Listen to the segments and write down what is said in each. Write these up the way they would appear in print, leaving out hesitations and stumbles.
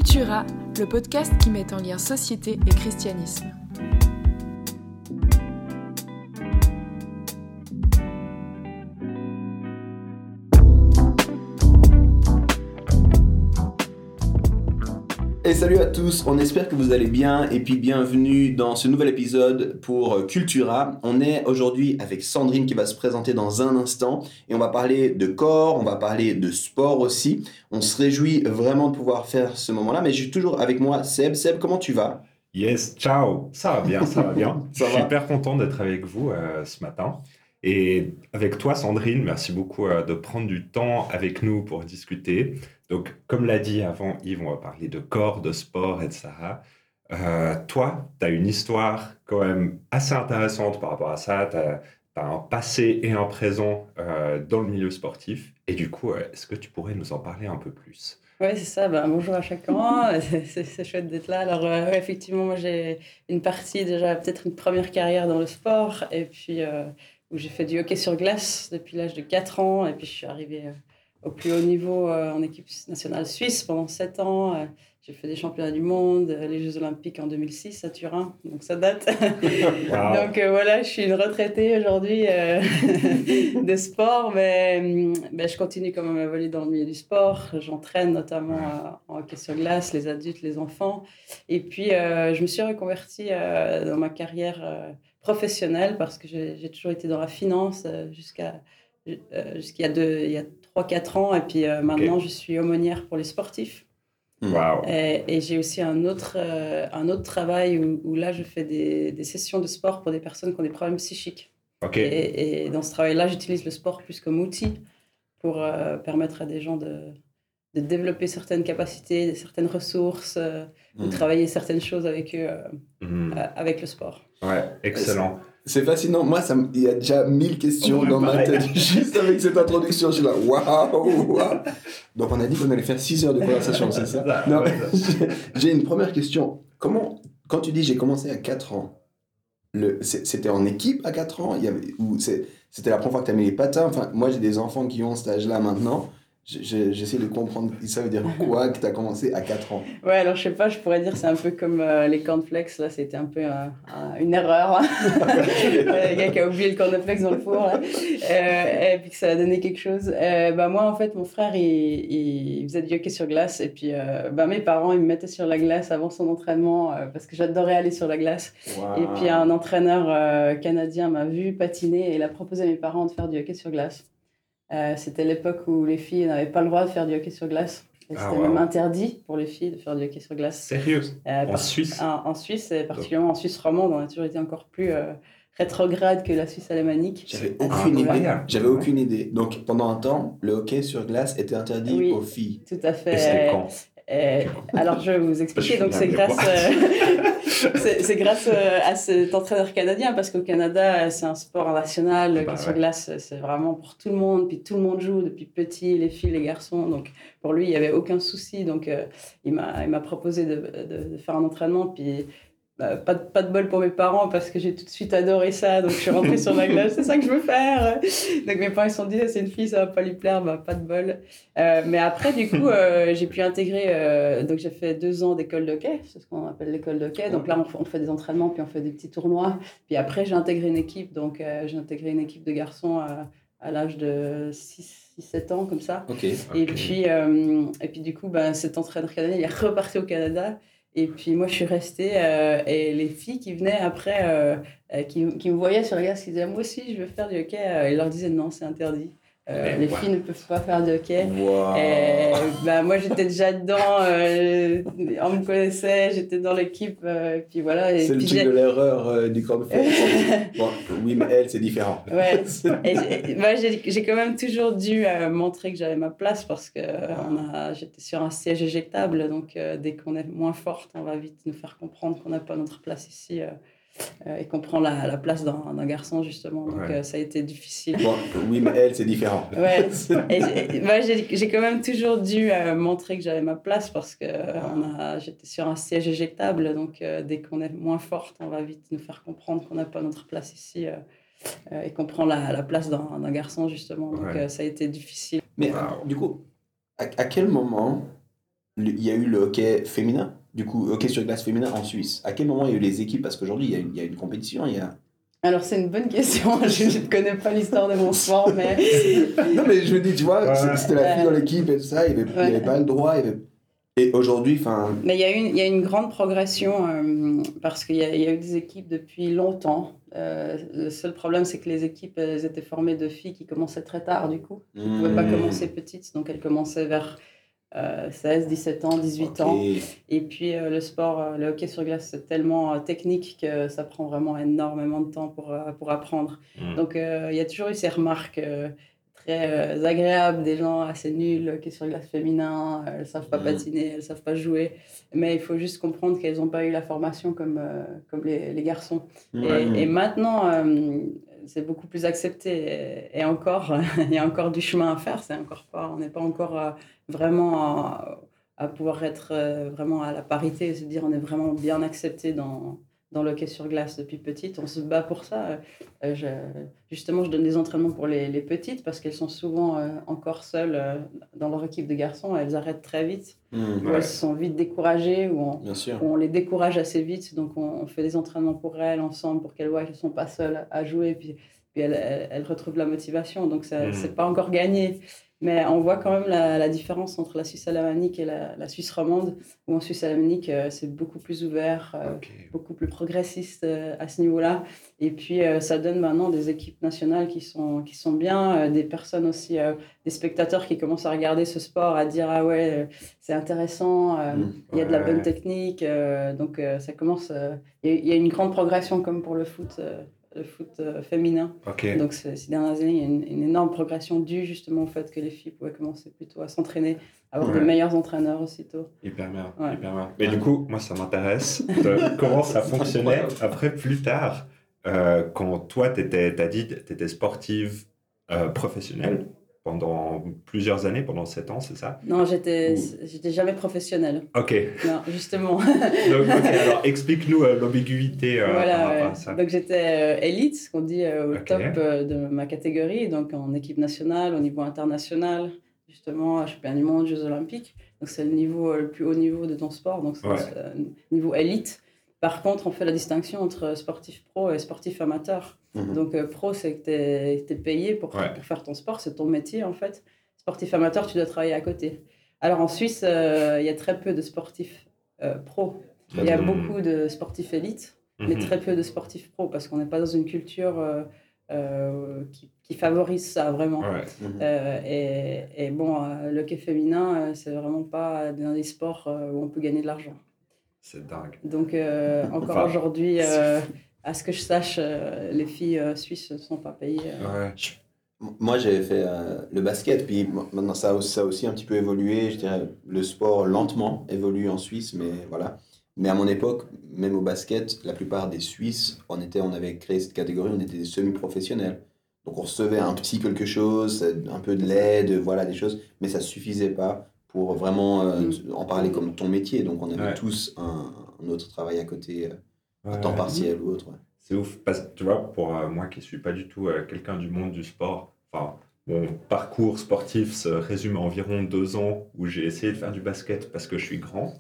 Cultura, le podcast qui met en lien société et christianisme. Et salut à tous, on espère que vous allez bien et puis bienvenue dans ce nouvel épisode pour Cultura. On est aujourd'hui avec Sandrine qui va se présenter dans un instant et on va parler de corps, on va parler de sport aussi. On se réjouit vraiment de pouvoir faire ce moment-là, mais j'ai toujours avec moi Seb. Seb, comment tu vas ? Yes, ciao, ça va bien, ça va bien. Ça Je suis va hyper content d'être avec vous ce matin. Et avec toi, Sandrine, merci beaucoup de prendre du temps avec nous pour discuter. Donc, comme l'a dit avant Yves, on va parler de corps, de sport, etc. Toi, tu as une histoire quand même assez intéressante par rapport à ça. Tu as un passé et un présent dans le milieu sportif. Et du coup, est-ce que tu pourrais nous en parler un peu plus ? Oui, c'est ça. Bonjour à chacun. C'est chouette d'être là. Alors, effectivement, moi, j'ai une partie, déjà, peut-être une première carrière dans le sport. Et puis, où j'ai fait du hockey sur glace depuis l'âge de 4 ans. Et puis, je suis arrivée au plus haut niveau en équipe nationale suisse pendant 7 ans. J'ai fait des championnats du monde, les Jeux Olympiques en 2006 à Turin. Donc, ça date. Wow. Donc, voilà, je suis une retraitée aujourd'hui de sport. Mais je continue quand même à évoluer dans le milieu du sport. J'entraîne notamment en hockey sur glace, les adultes, les enfants. Et puis, je me suis reconvertie dans ma carrière professionnelle parce que j'ai toujours été dans la finance jusqu'à il y a 3-4 ans. Et puis maintenant, je suis aumônière pour les sportifs. Wow. Et j'ai aussi un autre travail où là, je fais des sessions de sport pour des personnes qui ont des problèmes psychiques. Ok. Et dans ce travail-là, j'utilise le sport plus comme outil pour permettre à des gens de développer certaines capacités, certaines ressources, ou travailler certaines choses avec eux, avec le sport. Ouais, excellent. C'est fascinant. Moi, il y a déjà 1000 questions dans ma tête juste avec cette introduction. Je suis là, waouh. Donc, on a dit qu'on allait faire 6 heures de conversation, c'est ça ? Non, j'ai une première question. Quand tu dis j'ai commencé à 4 ans, c'était en équipe à 4 ans ? C'était la première fois que tu as mis les patins ? Enfin, moi, j'ai des enfants qui ont cet âge-là maintenant. J'essaie de comprendre, ça veut dire quoi que tu as commencé à 4 ans ? Ouais, alors je sais pas, je pourrais dire c'est un peu comme les cornflakes, là, c'était un peu une erreur. Le gars qui a oublié le cornflakes dans le four, là. Et puis que ça a donné quelque chose. Moi, en fait, mon frère, il faisait du hockey sur glace. Et puis, mes parents, ils me mettaient sur la glace avant son entraînement parce que j'adorais aller sur la glace. Wow. Et puis, un entraîneur canadien m'a vu patiner et il a proposé à mes parents de faire du hockey sur glace. C'était l'époque où les filles n'avaient pas le droit de faire du hockey sur glace. Et c'était même interdit pour les filles de faire du hockey sur glace. Sérieux ? En Suisse ? En Suisse, et particulièrement en Suisse romande, on a toujours été encore plus rétrograde que la Suisse alémanique. J'avais aucune idée. Donc, pendant un temps, le hockey sur glace était interdit aux filles. Tout à fait. Et c'était quand ? Alors, je vais vous expliquer. Donc, c'est grâce à cet entraîneur canadien, parce qu'au Canada, c'est un sport national qui sur glace, c'est vraiment pour tout le monde. Puis tout le monde joue depuis petit, les filles, les garçons. Donc, pour lui, il n'y avait aucun souci. Donc, il m'a proposé de faire un entraînement. Puis, pas de bol pour mes parents parce que j'ai tout de suite adoré ça. Donc, je suis rentrée sur la glace. C'est ça que je veux faire. Donc, mes parents, ils se sont dit, c'est une fille, ça va pas lui plaire. Pas de bol. Mais après, du coup, j'ai pu intégrer... donc, j'ai fait 2 ans d'école de hockey. C'est ce qu'on appelle l'école de hockey. Donc là, on fait des entraînements, puis on fait des petits tournois. Puis après, j'ai intégré une équipe. Donc, j'ai intégré une équipe de garçons à l'âge de 6-7 ans, comme ça. Okay. Et puis, du coup, cet entraîneur canadien, il est reparti au Canada. Et puis moi, je suis restée, et les filles qui venaient après, qui me voyaient sur la glace, qui disaient « Moi aussi, je veux faire du hockey », ils leur disaient « Non, c'est interdit ». Les filles ne peuvent pas faire du hockey. Wow. Et, moi, j'étais déjà dedans, on me connaissait, j'étais dans l'équipe, puis voilà. Et c'est puis le truc de l'erreur du cornflakes. Bon, oui, mais elle, c'est différent. Ouais. J'ai quand même toujours dû montrer que j'avais ma place parce que j'étais sur un siège éjectable, donc dès qu'on est moins forte, on va vite nous faire comprendre qu'on n'a pas notre place ici. Et qu'on prend la place d'un garçon, justement. Donc, ça a été difficile. Bon, oui, mais elle, c'est différent. Ouais. Et j'ai quand même toujours dû montrer que j'avais ma place parce que j'étais sur un siège éjectable. Donc, dès qu'on est moins forte, on va vite nous faire comprendre qu'on n'a pas notre place ici. Et qu'on prend la place d'un garçon, justement. Donc, ça a été difficile. Mais du coup, à quel moment il y a eu le hockey féminin, du coup, hockey sur glace féminin en Suisse. À quel moment il y a eu les équipes? Parce qu'aujourd'hui, il y a une compétition, il y a... Alors, c'est une bonne question. Je ne connais pas l'histoire de mon sport, mais... Non, mais je me dis, tu vois, c'était la fille dans l'équipe et tout ça, il n'y avait pas le droit. Et aujourd'hui, enfin... Mais il y a une grande progression parce qu'il y a eu des équipes depuis longtemps. Le seul problème, c'est que les équipes elles étaient formées de filles qui commençaient très tard, du coup. Elles ne pouvaient pas commencer petites, donc elles commençaient vers 16, 17 ans, 18 ans. Et puis le sport, le hockey sur glace, c'est tellement technique que ça prend vraiment énormément de temps pour apprendre. Donc il y a toujours eu ces remarques très agréables, des gens assez nuls, hockey sur glace féminin, elles ne savent pas patiner, elles ne savent pas jouer. Mais il faut juste comprendre qu'elles n'ont pas eu la formation comme les garçons. Et maintenant, c'est beaucoup plus accepté. Et encore, il y a encore du chemin à faire. On n'est pas encore vraiment à pouvoir être vraiment à la parité, et se dire on est vraiment bien accepté dans le hockey sur glace depuis petite. On se bat pour ça. Justement, je donne des entraînements pour les petites parce qu'elles sont souvent encore seules dans leur équipe de garçons. Elles arrêtent très vite. Ou elles se sont vite découragées ou on les décourage assez vite. Donc, on fait des entraînements pour elles ensemble pour qu'elles voient qu'elles ne sont pas seules à jouer. Puis elles retrouvent la motivation. Donc, ce n'est pas encore gagné. Mais on voit quand même la différence entre la Suisse alémanique et la Suisse romande, où en Suisse alémanique, c'est beaucoup plus ouvert, beaucoup plus progressiste à ce niveau-là. Et puis, ça donne maintenant des équipes nationales qui sont bien, des personnes aussi, des spectateurs qui commencent à regarder ce sport, à dire « Ah ouais, c'est intéressant, il y a de la bonne technique. » Donc, ça commence... Il y a une grande progression comme pour le foot féminin. Donc, ces dernières années, il y a une énorme progression due justement au fait que les filles pouvaient commencer plutôt à s'entraîner, avoir des meilleurs entraîneurs aussitôt. Hyper bien. Mais du coup, moi, ça m'intéresse de comment ça fonctionnait après, plus tard, quand toi, t'as dit que tu étais sportive professionnelle pendant plusieurs années, pendant 7 ans, c'est ça? Non, j'étais jamais professionnelle. Ok. Non, justement. Donc, alors explique-nous l'ambiguïté par rapport à ça. Donc j'étais élite, ce qu'on dit au top de ma catégorie, donc en équipe nationale, au niveau international, justement, championnat du monde, Jeux olympiques. Donc c'est le plus haut niveau de ton sport, donc c'est niveau élite. Par contre, on fait la distinction entre sportif pro et sportif amateur. Donc, pro, c'est que tu es payé pour faire ton sport, c'est ton métier en fait. Sportif amateur, tu dois travailler à côté. Alors, en Suisse, il y a très peu de sportifs pro. Il y a beaucoup de sportifs élites, mais très peu de sportifs pro parce qu'on n'est pas dans une culture qui favorise ça vraiment. Et bon, le hockey féminin, c'est vraiment pas dans des sports où on peut gagner de l'argent. C'est dingue. Donc, encore aujourd'hui, à ce que je sache, les filles suisses ne sont pas payées. Moi, j'avais fait le basket, puis maintenant, ça a aussi un petit peu évolué. Je dirais, le sport, lentement, évolue en Suisse, mais voilà. Mais à mon époque, même au basket, la plupart des Suisses, on avait créé cette catégorie, on était des semi-professionnels. Donc, on recevait un petit quelque chose, un peu de l'aide, voilà, des choses, mais ça ne suffisait pas pour vraiment en parler comme ton métier. Donc, on avait tous un autre travail à côté, à temps partiel ou autre. C'est ouf, parce que tu vois, pour moi qui ne suis pas du tout quelqu'un du monde du sport, mon parcours sportif se résume à environ 2 ans où j'ai essayé de faire du basket parce que je suis grand.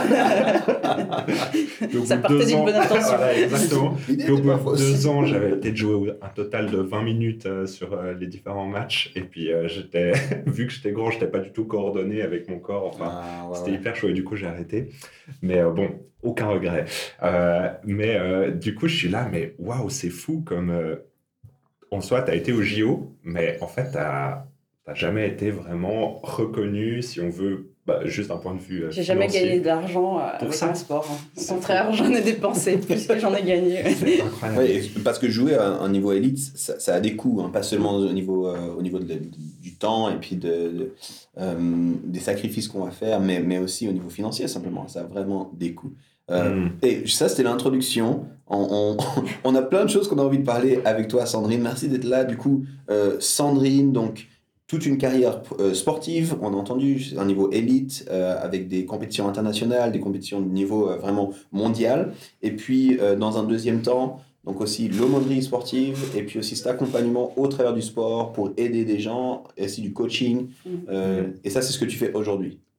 Donc, ça partait d'une bonne intention. Voilà, exactement. Puis au bout de 2 ans, j'avais peut-être joué un total de 20 minutes sur les différents matchs. Et puis, vu que j'étais grand, je n'étais pas du tout coordonné avec mon corps. C'était hyper chaud et du coup, j'ai arrêté. Mais bon, aucun regret. Du coup, je suis là, mais waouh, c'est fou comme... En soi, tu as été au JO, mais en fait, tu n'as jamais été vraiment reconnu, si on veut, juste d'un point de vue J'ai jamais gagné d'argent avec mon sport. Au contraire, j'en ai dépensé plus que j'en ai gagné. C'est incroyable. Parce que jouer à un niveau élite, ça a des coûts, pas seulement au niveau du temps et puis des sacrifices qu'on va faire, mais aussi au niveau financier, simplement. Ça a vraiment des coûts. Et ça, c'était l'introduction. On a plein de choses qu'on a envie de parler avec toi, Sandrine. Merci d'être là. Du coup, Sandrine, donc, toute une carrière sportive, on a entendu, un niveau élite, avec des compétitions internationales, des compétitions de niveau vraiment mondial. Et puis, dans un deuxième temps, donc aussi l'aumônerie sportive, et puis aussi cet accompagnement au travers du sport pour aider des gens, et aussi du coaching. Et ça, c'est ce que tu fais aujourd'hui.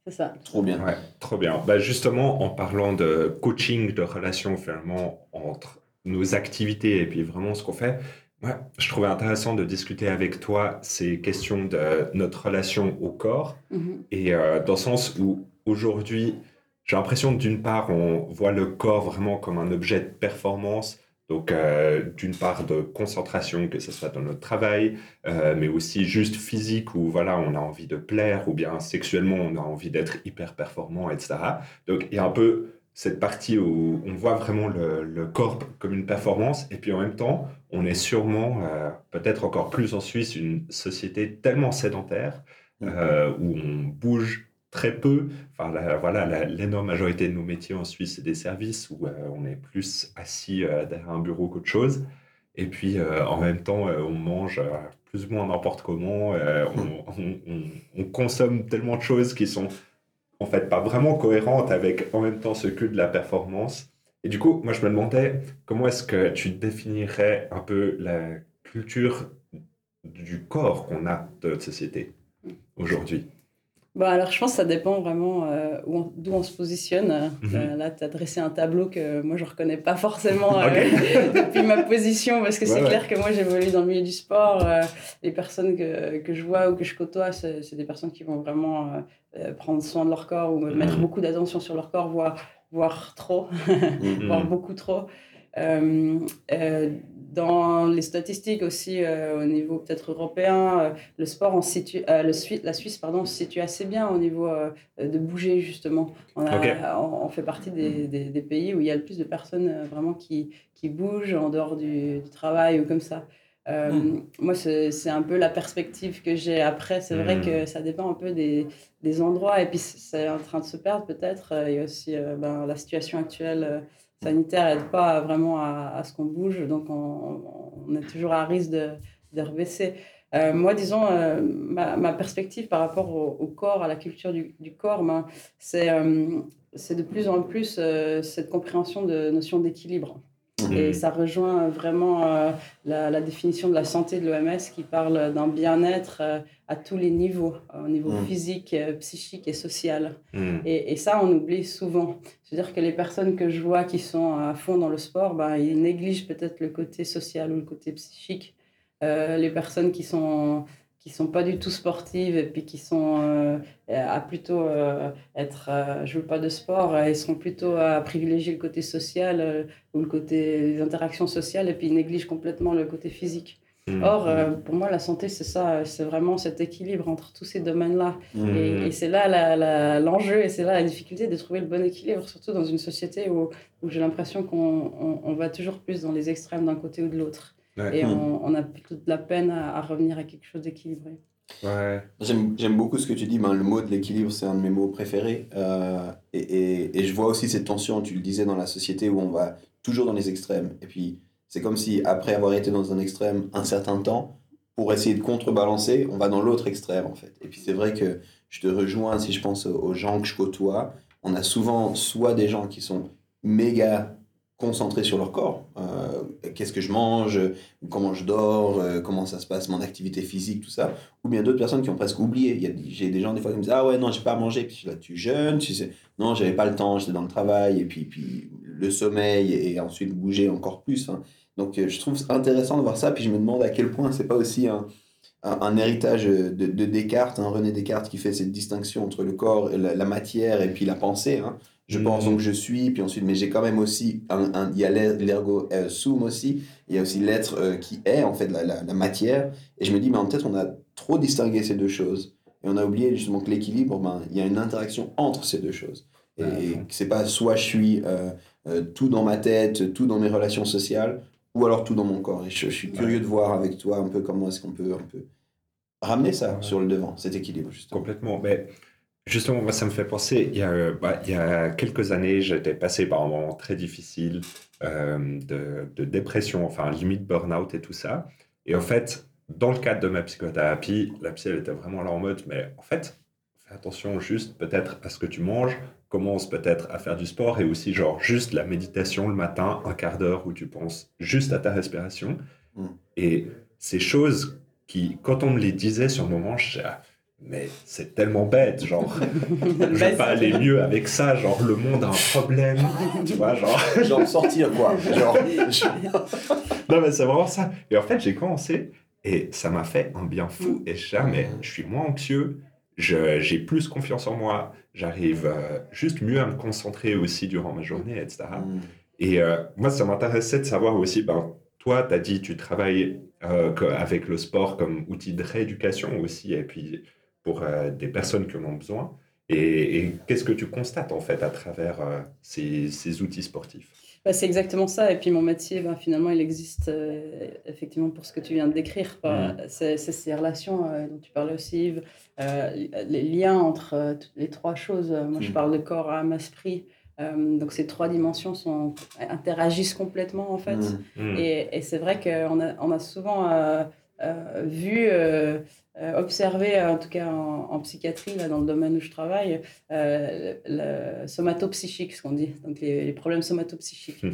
C'est ça. Trop bien. Ouais, trop bien. Bah, justement, en parlant de coaching, de relations finalement entre nos activités et puis vraiment ce qu'on fait, ouais, je trouvais intéressant de discuter avec toi ces questions de notre relation au corps et dans le sens où aujourd'hui, j'ai l'impression que d'une part, on voit le corps vraiment comme un objet de performance. Donc, d'une part de concentration, que ce soit dans notre travail, mais aussi juste physique, où voilà, on a envie de plaire, ou bien sexuellement, on a envie d'être hyper performant, etc. Donc, il y a un peu cette partie où on voit vraiment le corps comme une performance, et puis en même temps, on est sûrement, peut-être encore plus en Suisse, une société tellement sédentaire, où on bouge très peu. Enfin, voilà, l'énorme majorité de nos métiers en Suisse, c'est des services où on est plus assis derrière un bureau qu'autre chose. Et puis, en même temps, on mange plus ou moins n'importe comment. On consomme tellement de choses qui sont en fait pas vraiment cohérentes avec en même temps ce que de la performance. Et du coup, moi, je me demandais comment est-ce que tu définirais un peu la culture du corps qu'on a de notre société aujourd'hui? Bon, alors, je pense que ça dépend vraiment d'où on se positionne. Là, tu as dressé un tableau que moi, je ne reconnais pas forcément depuis ma position, parce que c'est clair que moi, j'évolue dans le milieu du sport. Les personnes que je vois ou que je côtoie, c'est des personnes qui vont vraiment prendre soin de leur corps ou mettre beaucoup d'attention sur leur corps, voire trop, voire beaucoup trop. Dans les statistiques aussi, au niveau peut-être européen, le sport, la Suisse se situe assez bien au niveau de bouger, justement. On fait partie des pays où il y a le plus de personnes vraiment qui bougent en dehors du travail ou comme ça. Moi, c'est un peu la perspective que j'ai. Après, c'est vrai que ça dépend un peu des endroits, et puis c'est en train de se perdre peut-être. Il y a aussi la situation actuelle sanitaire n'aide pas vraiment à ce qu'on bouge, donc on est toujours à risque de rebaisser. Moi, disons, ma perspective par rapport au corps, à la culture du corps, c'est de plus en plus cette compréhension de notion d'équilibre. Et ça rejoint vraiment la définition de la santé de l'OMS, qui parle d'un bien-être à tous les niveaux, au niveau physique, psychique et social. Et ça, on oublie souvent. C'est-à-dire que les personnes que je vois qui sont à fond dans le sport, ils négligent peut-être le côté social ou le côté psychique. Les personnes qui sont pas du tout sportives et puis qui sont à plutôt jouent pas de sport, elles seront plutôt à privilégier le côté social ou le côté des interactions sociales, et puis ils négligent complètement le côté physique. Or, pour moi, la santé, c'est ça, c'est vraiment cet équilibre entre tous ces domaines-là. Et c'est là l'enjeu, et c'est là la difficulté de trouver le bon équilibre, surtout dans une société où j'ai l'impression qu'on va toujours plus dans les extrêmes d'un côté ou de l'autre. Ouais. Et on a plutôt de la peine à revenir à quelque chose d'équilibré. Ouais. J'aime beaucoup ce que tu dis. Le mot de l'équilibre, c'est un de mes mots préférés. Et je vois aussi cette tension, tu le disais, dans la société où on va toujours dans les extrêmes. Et puis, c'est comme si, après avoir été dans un extrême un certain temps, pour essayer de contrebalancer, on va dans l'autre extrême, en fait. Et puis, c'est vrai que je te rejoins, si je pense aux gens que je côtoie, on a souvent soit des gens qui sont méga concentrés sur leur corps, qu'est-ce que je mange, comment je dors, comment ça se passe, mon activité physique, tout ça, ou bien d'autres personnes qui ont presque oublié. J'ai des gens des fois qui me disent « Ah ouais, non, j'ai pas à manger », puis là, tu jeûnes, tu sais, non, j'avais pas le temps, j'étais dans le travail, et puis le sommeil, et ensuite bouger encore plus. Donc je trouve intéressant de voir ça, puis je me demande à quel point c'est pas aussi un héritage de Descartes, René Descartes, qui fait cette distinction entre le corps, la matière, et puis la pensée. Je pense donc je suis, puis ensuite, mais j'ai quand même aussi, il y a l'ergo sum aussi, il y a aussi l'être qui est en fait la matière, et je me dis, peut-être on a trop distingué ces deux choses, et on a oublié justement que l'équilibre, il y a une interaction entre ces deux choses, et que c'est pas soit je suis tout dans ma tête, tout dans mes relations sociales, ou alors tout dans mon corps, et je suis curieux de voir avec toi un peu comment est-ce qu'on peut un peu ramener ça sur le devant, cet équilibre justement. Complètement, mais... Justement, moi, ça me fait penser, il y a quelques années, j'étais passé par un moment très difficile de dépression, enfin limite burn-out et tout ça. Et en fait, dans le cadre de ma psychothérapie, la psy, elle était vraiment là en mode, mais en fait, fais attention juste peut-être à ce que tu manges, commence peut-être à faire du sport, et aussi genre juste la méditation le matin, un quart d'heure où tu penses juste à ta respiration. Et ces choses qui, quand on me les disait sur le moment, je disais, mais c'est tellement bête, genre, je vais pas aller mieux avec ça, genre, le monde a un problème, tu vois, genre... Genre sortir, quoi. Genre... Non, mais c'est vraiment ça. Et en fait, j'ai commencé, et ça m'a fait un bien fou, et mais je suis moins anxieux, j'ai plus confiance en moi, j'arrive juste mieux à me concentrer aussi durant ma journée, etc. Et moi, ça m'intéressait de savoir aussi, toi, tu as dit tu travailles avec le sport comme outil de rééducation aussi, et puis pour des personnes qui en ont besoin. Et qu'est-ce que tu constates en fait à travers ces outils sportifs? C'est exactement ça. Et puis mon métier, finalement, il existe effectivement pour ce que tu viens de décrire. C'est ces relations dont tu parlais aussi, Yves, les liens entre les trois choses. Moi, je parle de corps, âme, esprit. Donc ces trois dimensions interagissent complètement en fait. Et c'est vrai qu'on a souvent vu, observé, en tout cas en psychiatrie, là, dans le domaine où je travaille, le somatopsychique, ce qu'on dit, donc les problèmes somatopsychiques.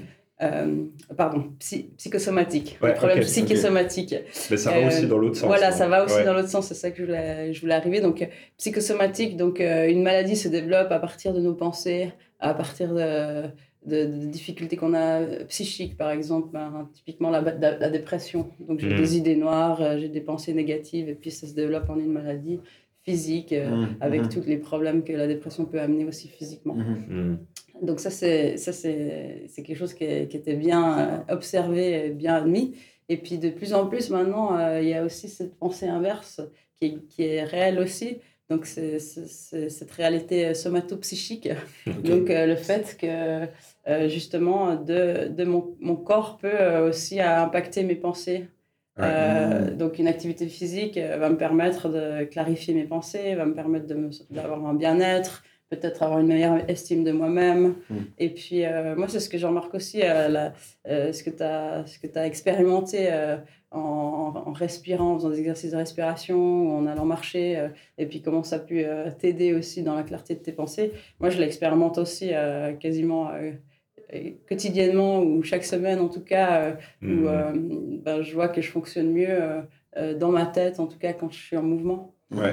Psychosomatiques. Les problèmes psychosomatiques. Mais ça va aussi dans l'autre sens. Voilà, ça va aussi dans l'autre sens, c'est ça que je voulais arriver. Donc, psychosomatique, donc une maladie se développe à partir de nos pensées, à partir de difficultés qu'on a psychiques, par exemple, typiquement la dépression. Donc, j'ai des idées noires, j'ai des pensées négatives, et puis ça se développe en une maladie physique, avec tous les problèmes que la dépression peut amener aussi physiquement. Donc ça c'est quelque chose qui était bien observé et bien admis. Et puis de plus en plus maintenant, il y a aussi cette pensée inverse qui est réelle aussi. Donc c'est cette réalité somatopsychique. Donc le fait que justement de mon corps peut aussi impacter mes pensées. Donc une activité physique va me permettre de clarifier mes pensées, va me permettre d'avoir un bien-être, peut-être avoir une meilleure estime de moi-même. Et puis, moi, c'est ce que je remarque aussi, ce que tu as expérimenté en respirant, en faisant des exercices de respiration, ou en allant marcher, et puis comment ça a pu t'aider aussi dans la clarté de tes pensées. Moi, je l'expérimente aussi quasiment quotidiennement, ou chaque semaine en tout cas, où je vois que je fonctionne mieux dans ma tête, en tout cas quand je suis en mouvement.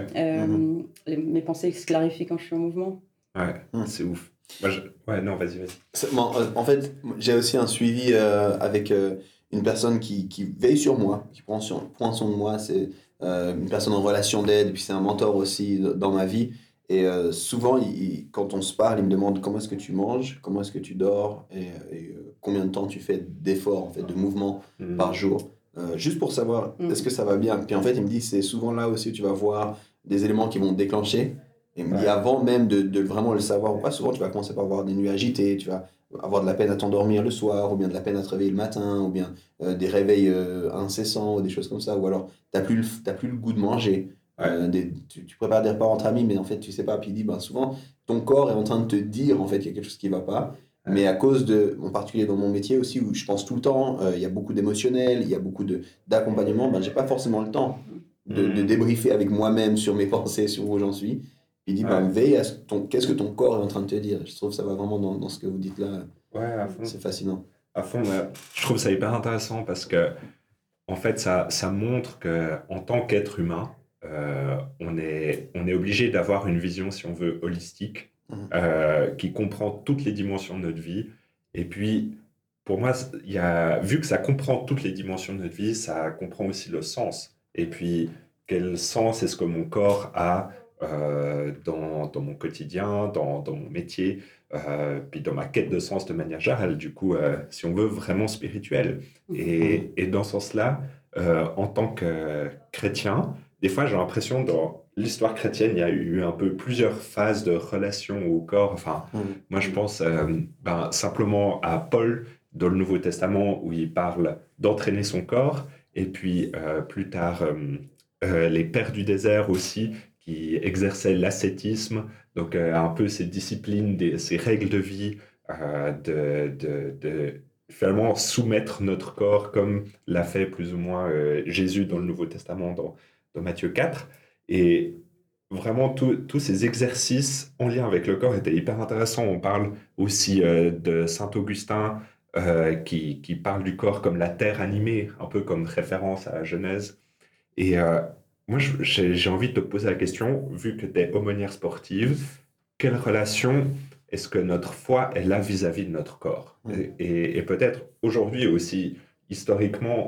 Mes pensées se clarifient quand je suis en mouvement. C'est ouf. Moi, non, vas-y. En fait, j'ai aussi un suivi avec une personne qui veille sur moi, qui prend soin de moi. C'est une personne en relation d'aide, et puis c'est un mentor aussi dans ma vie. Et souvent, quand on se parle, il me demande comment est-ce que tu manges, comment est-ce que tu dors, et combien de temps tu fais d'efforts, en fait, de mouvements par jour. Juste pour savoir est-ce que ça va bien. Puis en fait, il me dit c'est souvent là aussi où tu vas voir des éléments qui vont déclencher. Et il me dit avant même de vraiment le savoir ou pas, souvent tu vas commencer par avoir des nuits agitées, tu vas avoir de la peine à t'endormir le soir, ou bien de la peine à te réveiller le matin, ou bien des réveils incessants, ou des choses comme ça, ou alors t'as plus le goût de manger. Tu prépares des repas entre amis, mais en fait tu sais pas. Puis il dit souvent ton corps est en train de te dire en fait qu'il y a quelque chose qui va pas. Mais à cause en particulier dans mon métier aussi, où je pense tout le temps, il y a beaucoup d'émotionnel, il y a beaucoup d'accompagnement, j'ai pas forcément le temps de débriefer avec moi-même sur mes pensées, sur où j'en suis. Il dit, veille à qu'est-ce que ton corps est en train de te dire. Je trouve que ça va vraiment dans ce que vous dites là. À fond. C'est fascinant. À fond, je trouve ça hyper intéressant parce que, en fait, ça montre qu'en tant qu'être humain, on est obligé d'avoir une vision, si on veut, holistique, qui comprend toutes les dimensions de notre vie. Et puis, pour moi, vu que ça comprend toutes les dimensions de notre vie, ça comprend aussi le sens. Et puis, quel sens est-ce que mon corps a dans mon quotidien, dans mon métier, puis dans ma quête de sens de manière générale, du coup, si on veut, vraiment spirituel. Et dans ce sens-là, en tant que chrétien, des fois, j'ai l'impression dans l'histoire chrétienne, il y a eu un peu plusieurs phases de relation au corps. Enfin, moi, je pense simplement à Paul dans le Nouveau Testament, où il parle d'entraîner son corps, et puis plus tard, les pères du désert aussi, qui exerçaient l'ascétisme, donc un peu ces disciplines, ces règles de vie, de finalement soumettre notre corps comme l'a fait plus ou moins Jésus dans le Nouveau Testament, dans Matthieu 4. Et vraiment, tous ces exercices en lien avec le corps étaient hyper intéressants. On parle aussi de Saint Augustin, qui parle du corps comme la terre animée, un peu comme référence à la Genèse. Et moi, j'ai envie de te poser la question, vu que tu es aumônière sportive, quelle relation est-ce que notre foi elle a vis-à-vis de notre corps? Et peut-être aujourd'hui aussi, historiquement,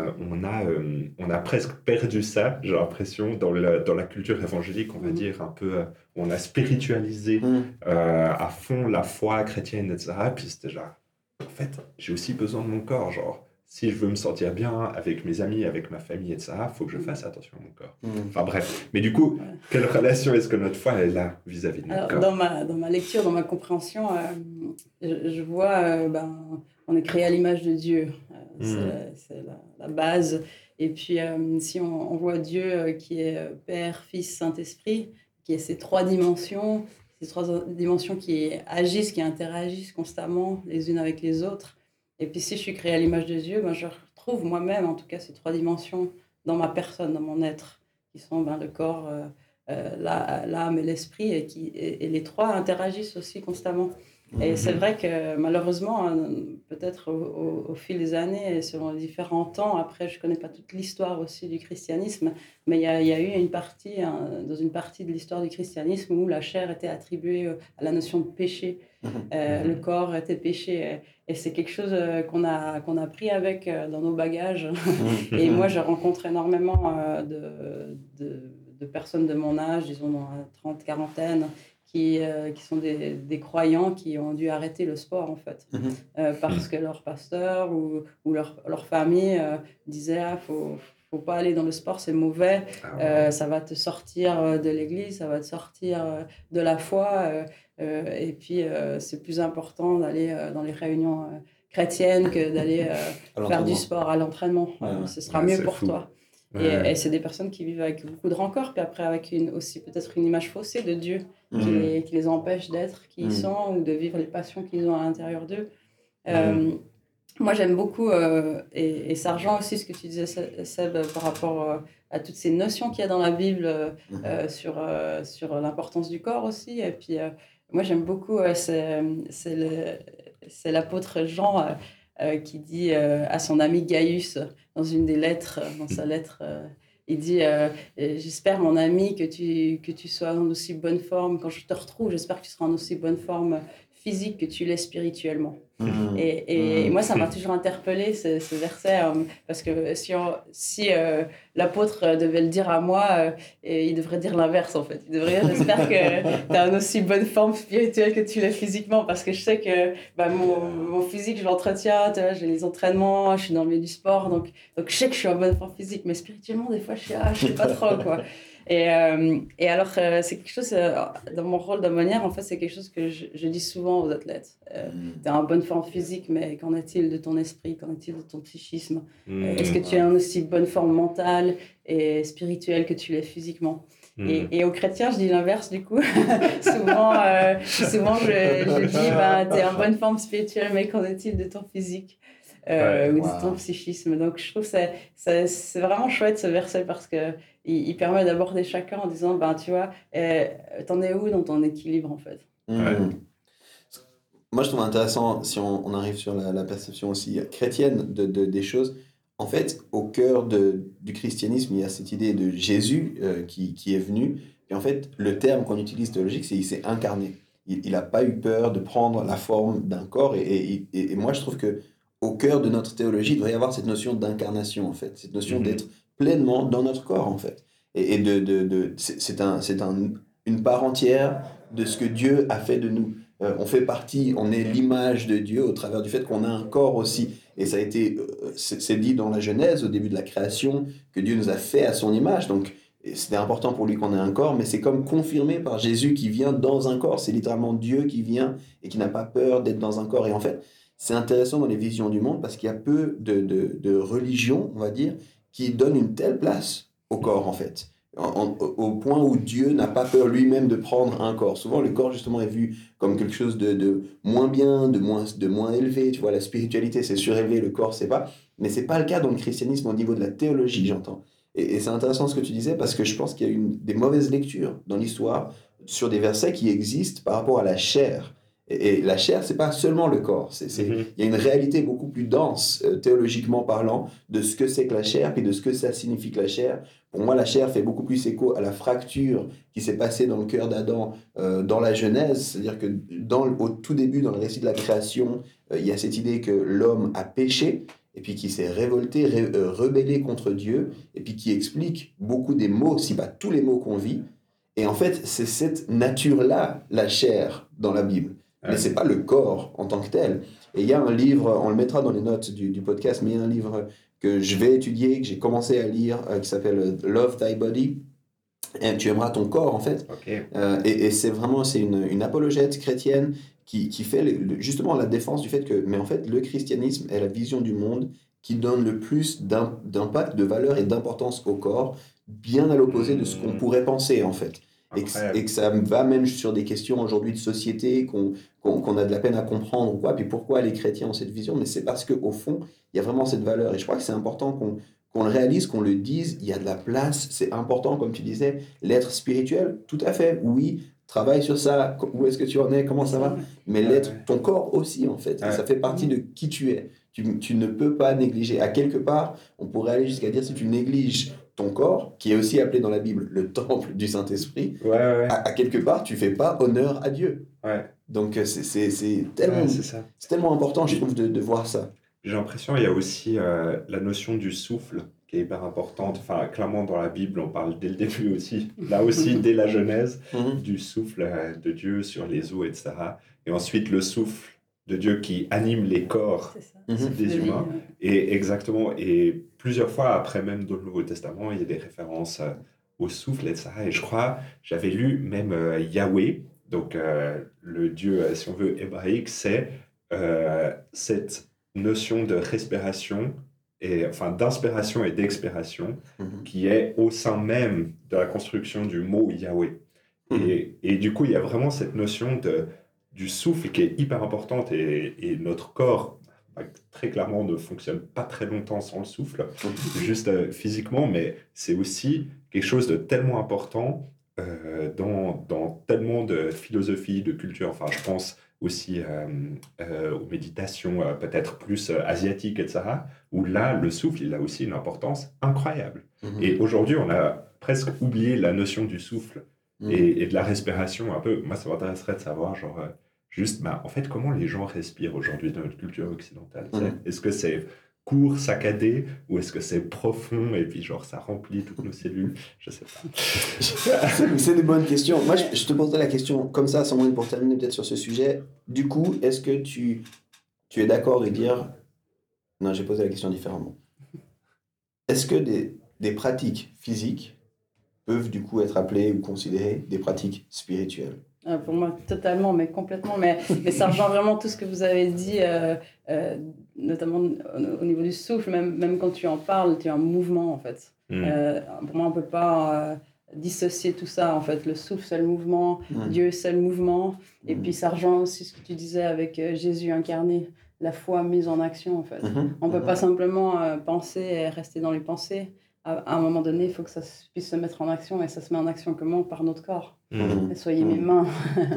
on a presque perdu ça, j'ai l'impression, dans la culture évangélique, on va dire, un peu, on a spiritualisé à fond la foi chrétienne, etc. Puis c'était genre, en fait, j'ai aussi besoin de mon corps, genre. Si je veux me sentir bien avec mes amis, avec ma famille, etc., il faut que je fasse attention à mon corps. Enfin bref. Mais du coup, quelle relation est-ce que notre foi elle a vis-à-vis de notre corps? Dans ma lecture, dans ma compréhension, je vois, on est créé à l'image de Dieu. C'est la base. Et puis, si on voit Dieu qui est Père, Fils, Saint-Esprit, qui est ces trois dimensions qui agissent, qui interagissent constamment les unes avec les autres. Et puis si je suis créée à l'image de Dieu, je retrouve moi-même, en tout cas, ces trois dimensions dans ma personne, dans mon être, qui sont le corps, l'âme et l'esprit, et les trois interagissent aussi constamment. Et c'est vrai que malheureusement, peut-être au fil des années, et selon les différents temps, après je ne connais pas toute l'histoire aussi du christianisme, mais il y a eu une partie, dans une partie de l'histoire du christianisme où la chair était attribuée à la notion de péché. Le corps était péché. Et c'est quelque chose qu'on a pris avec dans nos bagages. Et moi, je rencontre énormément de personnes de mon âge, disons dans la 30-40aine, qui sont des croyants qui ont dû arrêter le sport, en fait. Parce que leur pasteur ou leur famille disait faut pas aller dans le sport, c'est mauvais, ça va te sortir de l'église, ça va te sortir de la foi, et puis c'est plus important d'aller dans les réunions chrétiennes que d'aller faire du sport à l'entraînement. Ce sera mieux pour toi. Et c'est des personnes qui vivent avec beaucoup de rancœur, puis après avec aussi peut-être une image faussée de Dieu qui les empêche d'être qui ils sont ou de vivre les passions qu'ils ont à l'intérieur d'eux. Moi, j'aime beaucoup, et ça rejoint aussi ce que tu disais, Seb, par rapport à toutes ces notions qu'il y a dans la Bible sur l'importance du corps aussi. Et puis, moi, j'aime beaucoup, c'est l'apôtre Jean qui dit à son ami Gaius, dans une des lettres, dans sa lettre, il dit j'espère, mon ami, que tu sois en aussi bonne forme. Quand je te retrouve, j'espère que tu seras en aussi bonne forme physique que tu l'es spirituellement. Et moi, ça m'a toujours interpellée, ce verset, parce que si l'apôtre devait le dire à moi, il devrait dire l'inverse, en fait. Il devrait dire j'espère que tu as une aussi bonne forme spirituelle que tu l'es physiquement, parce que je sais que mon physique, je l'entretiens, j'ai les entraînements, je suis dans le milieu du sport, donc je sais que je suis en bonne forme physique, mais spirituellement, des fois, je sais pas trop, quoi. Et alors, c'est quelque chose, dans mon rôle d'aumônière, en fait, c'est quelque chose que je dis souvent aux athlètes. Tu es en bonne forme physique, mais qu'en est-il de ton esprit? Qu'en est-il de ton psychisme? Est-ce que tu es en aussi bonne forme mentale et spirituelle que tu l'es physiquement? Et aux chrétiens, je dis l'inverse, du coup. souvent, je dis, tu es en bonne forme spirituelle, mais qu'en est-il de ton physique? Ou de ton psychisme. Donc je trouve que c'est vraiment chouette, ce verset, parce qu'il permet d'aborder chacun en disant tu vois, t'en es où dans ton équilibre, en fait. Moi je trouve intéressant, si on arrive sur la perception aussi chrétienne des choses, en fait au cœur du christianisme il y a cette idée de Jésus qui est venu, et en fait le terme qu'on utilise théologique, c'est il s'est incarné, il n'a pas eu peur de prendre la forme d'un corps, et moi je trouve que au cœur de notre théologie, il doit y avoir cette notion d'incarnation, en fait, cette notion d'être pleinement dans notre corps, en fait. Et c'est une part entière de ce que Dieu a fait de nous. On fait partie, on est l'image de Dieu au travers du fait qu'on a un corps aussi. Et ça a été, c'est dit dans la Genèse, au début de la création, que Dieu nous a fait à son image. Donc, c'était important pour lui qu'on ait un corps, mais c'est comme confirmé par Jésus qui vient dans un corps. C'est littéralement Dieu qui vient et qui n'a pas peur d'être dans un corps. Et en fait, c'est intéressant dans les visions du monde parce qu'il y a peu de religions, on va dire, qui donnent une telle place au corps, en fait. Au point où Dieu n'a pas peur lui-même de prendre un corps. Souvent, le corps, justement, est vu comme quelque chose de moins bien, de moins élevé. Tu vois, la spiritualité, c'est surélevé, le corps, c'est pas. Mais c'est pas le cas dans le christianisme au niveau de la théologie, j'entends. Et c'est intéressant ce que tu disais, parce que je pense qu'il y a eu des mauvaises lectures dans l'histoire sur des versets qui existent par rapport à la chair. Et la chair, c'est pas seulement le corps. Il y a une réalité beaucoup plus dense, théologiquement parlant, de ce que c'est que la chair, puis de ce que ça signifie que la chair. Pour moi, la chair fait beaucoup plus écho à la fracture qui s'est passée dans le cœur d'Adam dans la Genèse. C'est-à-dire que au tout début, dans le récit de la création, il y a cette idée que l'homme a péché, et puis qui s'est révolté, rebellé contre Dieu, et puis qui explique beaucoup des mots, si pas tous les mots qu'on vit. Et en fait, c'est cette nature-là, la chair, dans la Bible. Mais ce n'est pas le corps en tant que tel. Et il y a un livre, on le mettra dans les notes du podcast, mais il y a un livre que je vais étudier, que j'ai commencé à lire, qui s'appelle Love Thy Body. Et tu aimeras ton corps, en fait. Okay. Et c'est vraiment une apologète chrétienne qui fait justement la défense du fait que, mais en fait, le christianisme est la vision du monde qui donne le plus d'impact, de valeur et d'importance au corps, bien à l'opposé de ce qu'on pourrait penser, en fait. Et que ça va même sur des questions aujourd'hui de société qu'on a de la peine à comprendre ou quoi. Puis pourquoi les chrétiens ont cette vision? Mais c'est parce qu'au fond, il y a vraiment cette valeur. Et je crois que c'est important qu'on le réalise, qu'on le dise. Il y a de la place. C'est important, comme tu disais, l'être spirituel. Tout à fait, oui. Travaille sur ça. Où est-ce que tu en es? Comment ça va? Mais l'être, ton corps aussi, en fait. Ça fait partie de qui tu es. Tu ne peux pas négliger. À quelque part, on pourrait aller jusqu'à dire si tu négliges ton corps, qui est aussi appelé dans la Bible le temple du Saint-Esprit, à quelque part, tu ne fais pas honneur à Dieu. Donc, c'est tellement important, je trouve, de voir ça. J'ai l'impression qu'il y a aussi la notion du souffle qui est hyper importante. Enfin, clairement, dans la Bible, on parle dès le début aussi, là aussi, dès la Genèse, du souffle de Dieu sur les eaux, etc. Et ensuite, le souffle de Dieu qui anime les corps des humains. Et exactement, et plusieurs fois après, même dans le Nouveau Testament, il y a des références au souffle, etc. Et je crois, j'avais lu même Yahweh, donc le Dieu, si on veut, hébraïque, c'est cette notion de respiration, enfin d'inspiration et d'expiration, qui est au sein même de la construction du mot Yahweh. Et du coup, il y a vraiment cette notion du souffle qui est hyper importante, et notre corps, très clairement, ne fonctionne pas très longtemps sans le souffle, juste physiquement, mais c'est aussi quelque chose de tellement important dans tellement de philosophie, de culture. Enfin, je pense aussi aux méditations peut-être plus asiatiques, etc., où là, le souffle, il a aussi une importance incroyable. Et aujourd'hui, on a presque oublié la notion du souffle et de la respiration un peu. Moi, ça m'intéresserait de savoir, genre, juste, en fait, comment les gens respirent aujourd'hui dans notre culture occidentale. Est-ce que c'est court, saccadé, ou est-ce que c'est profond et puis genre ça remplit toutes nos cellules? Je sais pas. C'est des bonnes questions. Moi, je te poserai la question comme ça, sans pour terminer peut-être sur ce sujet. Du coup, est-ce que tu es d'accord de dire... Non, j'ai posé la question différemment. Est-ce que des pratiques physiques peuvent du coup être appelées ou considérées des pratiques spirituelles? Pour moi, totalement, mais complètement. Mais ça rejoint vraiment tout ce que vous avez dit, notamment au niveau du souffle. Même quand tu en parles, tu es en mouvement, en fait. Pour moi, on ne peut pas dissocier tout ça, en fait. Le souffle, c'est le mouvement. Dieu, c'est le mouvement. Et puis, ça rejoint aussi ce que tu disais avec Jésus incarné, la foi mise en action, en fait. On ne peut pas simplement penser et rester dans les pensées. À un moment donné, il faut que ça puisse se mettre en action, et ça se met en action comment? Par notre corps. Et soyez mes mains.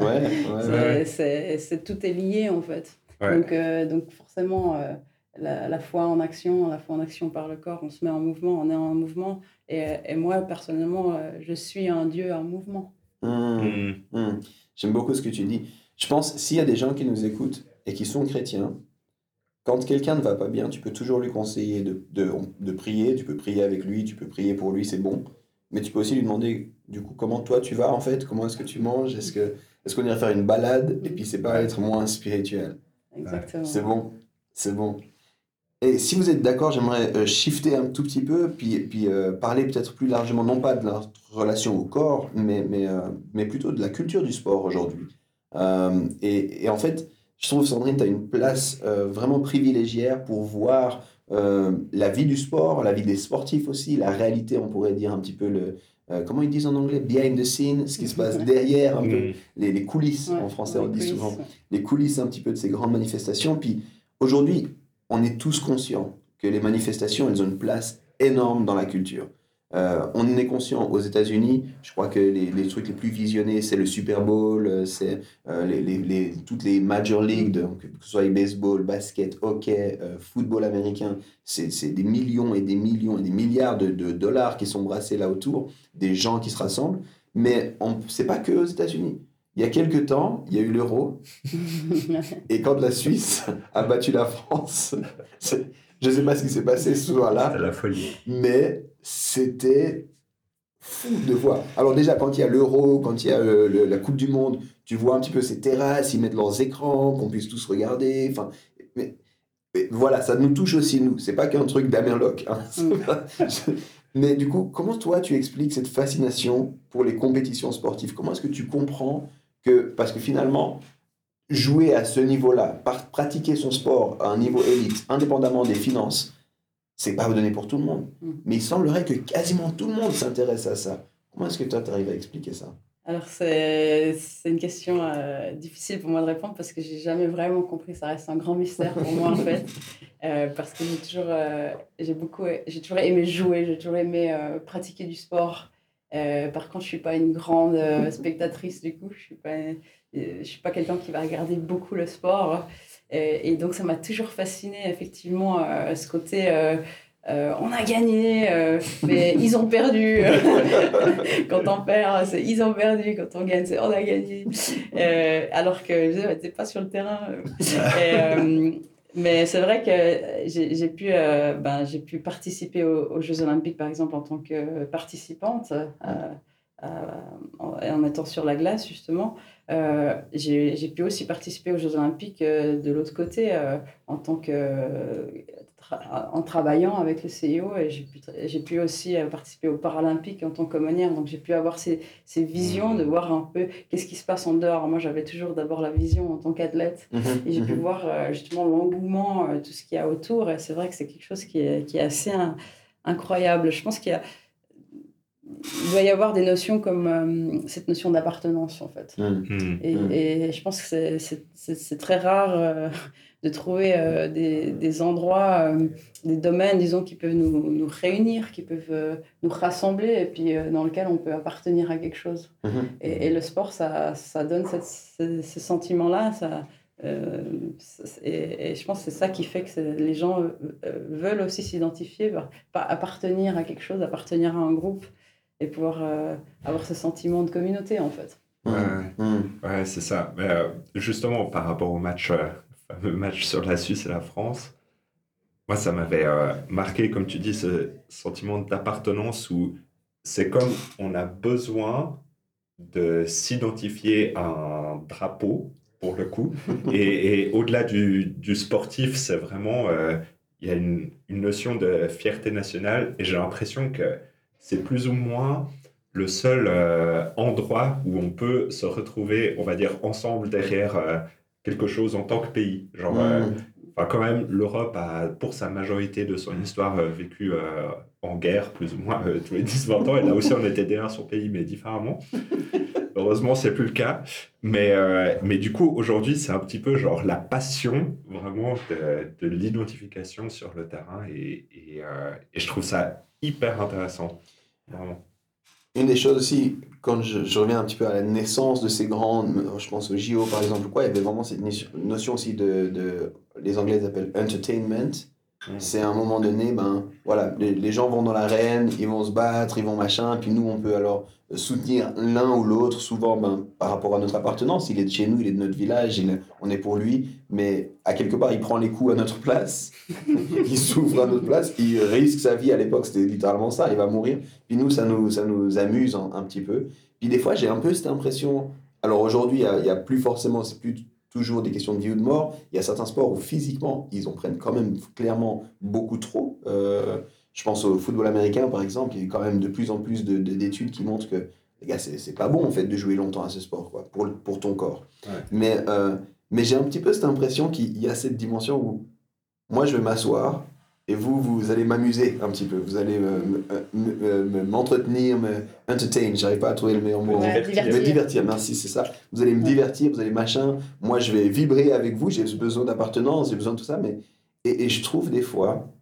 Tout est lié, en fait. Donc forcément, la foi en action par le corps, on se met en mouvement, on est en mouvement. Et moi, personnellement, je suis un Dieu en mouvement. J'aime beaucoup ce que tu dis. Je pense, s'il y a des gens qui nous écoutent et qui sont chrétiens, quand quelqu'un ne va pas bien, tu peux toujours lui conseiller de prier, tu peux prier avec lui, tu peux prier pour lui, c'est bon. Mais tu peux aussi lui demander, du coup, comment toi tu vas en fait, comment est-ce que tu manges, est-ce qu'on irait faire une balade, et puis c'est pas être moins spirituel. Exactement. C'est bon. Et si vous êtes d'accord, j'aimerais shifter un tout petit peu, puis parler peut-être plus largement, non pas de notre relation au corps, mais plutôt de la culture du sport aujourd'hui. Et en fait, je trouve, Sandrine, tu as une place vraiment privilégiée pour voir la vie du sport, la vie des sportifs aussi, la réalité, on pourrait dire un petit peu comment ils disent en anglais, behind the scene, ce qui se passe derrière, un peu les coulisses, en français on dit souvent, les coulisses un petit peu de ces grandes manifestations. Puis aujourd'hui, on est tous conscients que les manifestations, elles ont une place énorme dans la culture. On est conscient, aux États-Unis, je crois que les trucs les plus visionnés, c'est le Super Bowl, c'est toutes les Major League, donc, que ce soit baseball, basket, hockey, football américain, c'est des millions et des millions et des milliards de dollars qui sont brassés là autour, des gens qui se rassemblent, mais c'est pas que aux États-Unis. Il y a quelques temps, il y a eu l'Euro, et quand la Suisse a battu la France, je ne sais pas ce qui s'est passé ce soir-là. C'était la folie. Mais c'était fou de voir. Alors déjà, quand il y a l'Euro, quand il y a la Coupe du Monde, tu vois un petit peu ces terrasses, ils mettent leurs écrans, qu'on puisse tous regarder. Enfin, mais voilà, ça nous touche aussi, nous. C'est pas qu'un truc d'Amerloc. Hein. Mais du coup, comment toi, tu expliques cette fascination pour les compétitions sportives? Comment est-ce que tu comprends que... Parce que finalement... jouer à ce niveau-là, pratiquer son sport à un niveau élite, indépendamment des finances, c'est pas donné pour tout le monde. Mais il semblerait que quasiment tout le monde s'intéresse à ça. Comment est-ce que toi, tu arrives à expliquer ça? Alors, c'est une question difficile pour moi de répondre parce que j'ai jamais vraiment compris. Ça reste un grand mystère pour moi, en fait. Parce que j'ai toujours aimé jouer, j'ai toujours aimé pratiquer du sport. Par contre, je suis pas une grande spectatrice, du coup. Je suis pas quelqu'un qui va regarder beaucoup le sport. Et donc, ça m'a toujours fasciné, effectivement, ce côté... on a gagné, mais ils ont perdu. Quand on perd, c'est ils ont perdu. Quand on gagne, c'est on a gagné. Alors que je n'étais pas sur le terrain. Mais c'est vrai que j'ai pu participer aux Jeux Olympiques, par exemple, en tant que participante, en étant sur la glace, justement. J'ai pu aussi participer aux Jeux Olympiques de l'autre côté, en travaillant avec le CIO, et j'ai pu aussi participer aux Paralympiques en tant qu'aumônière. Donc j'ai pu avoir ces visions de voir un peu qu'est-ce qui se passe en dehors. Moi, j'avais toujours d'abord la vision en tant qu'athlète, et j'ai pu voir justement l'engouement, tout ce qu'il y a autour. Et c'est vrai que c'est quelque chose qui est assez incroyable. Je pense il doit y avoir des notions comme cette notion d'appartenance, en fait. Et je pense que c'est très rare de trouver des endroits, des domaines, disons, qui peuvent nous réunir, qui peuvent nous rassembler, et puis dans lequel on peut appartenir à quelque chose. Et le sport, ça donne ce sentiment-là, et je pense que c'est ça qui fait que les gens veulent aussi s'identifier, appartenir à quelque chose, appartenir à un groupe, et pouvoir avoir ce sentiment de communauté, en fait. Ouais, c'est ça. Mais, justement, par rapport au fameux match sur la Suisse et la France, moi, ça m'avait marqué, comme tu dis, ce sentiment d'appartenance où c'est comme on a besoin de s'identifier à un drapeau, pour le coup. Et au-delà du sportif, c'est vraiment... il y a une notion de fierté nationale, et j'ai l'impression que c'est plus ou moins le seul endroit où on peut se retrouver, on va dire, ensemble derrière quelque chose en tant que pays. Genre, quand même, l'Europe a, pour sa majorité de son histoire, vécu en guerre, plus ou moins, tous les 10-20 ans. Et là aussi, on était derrière son pays, mais différemment. Heureusement, c'est plus le cas. Mais du coup, aujourd'hui, c'est un petit peu genre la passion, vraiment, de l'identification sur le terrain. Et je trouve ça hyper intéressant, vraiment. Une des choses aussi, quand je reviens un petit peu à la naissance de ces grandes, je pense au JO par exemple, il y avait vraiment cette notion aussi les Anglais appellent entertainment. C'est à un moment donné, voilà, les gens vont dans l'arène, ils vont se battre, ils vont machin, puis nous on peut alors soutenir l'un ou l'autre, souvent par rapport à notre appartenance. Il est de chez nous, il est de notre village, on est pour lui, mais à quelque part il prend les coups à notre place, il souffre à notre place, il risque sa vie. À l'époque c'était littéralement ça, il va mourir, puis nous ça nous amuse un petit peu. Puis des fois j'ai un peu cette impression, alors aujourd'hui il y a plus forcément, c'est plus toujours des questions de vie ou de mort. Il y a certains sports où physiquement, ils en prennent quand même clairement beaucoup trop. Je pense au football américain, par exemple. Il y a quand même de plus en plus d'études qui montrent que, les gars, c'est pas bon en fait de jouer longtemps à ce sport, quoi, pour ton corps. Ouais. Mais j'ai un petit peu cette impression qu'il y a cette dimension où moi, je vais m'asseoir et vous allez m'amuser un petit peu. Vous allez m'entretenir, entertain, j'arrive pas à trouver le meilleur mot. Me divertir, merci, c'est ça. Vous allez me divertir, vous allez machin. Moi, je vais vibrer avec vous, j'ai besoin d'appartenance, j'ai besoin de tout ça. Et je trouve des fois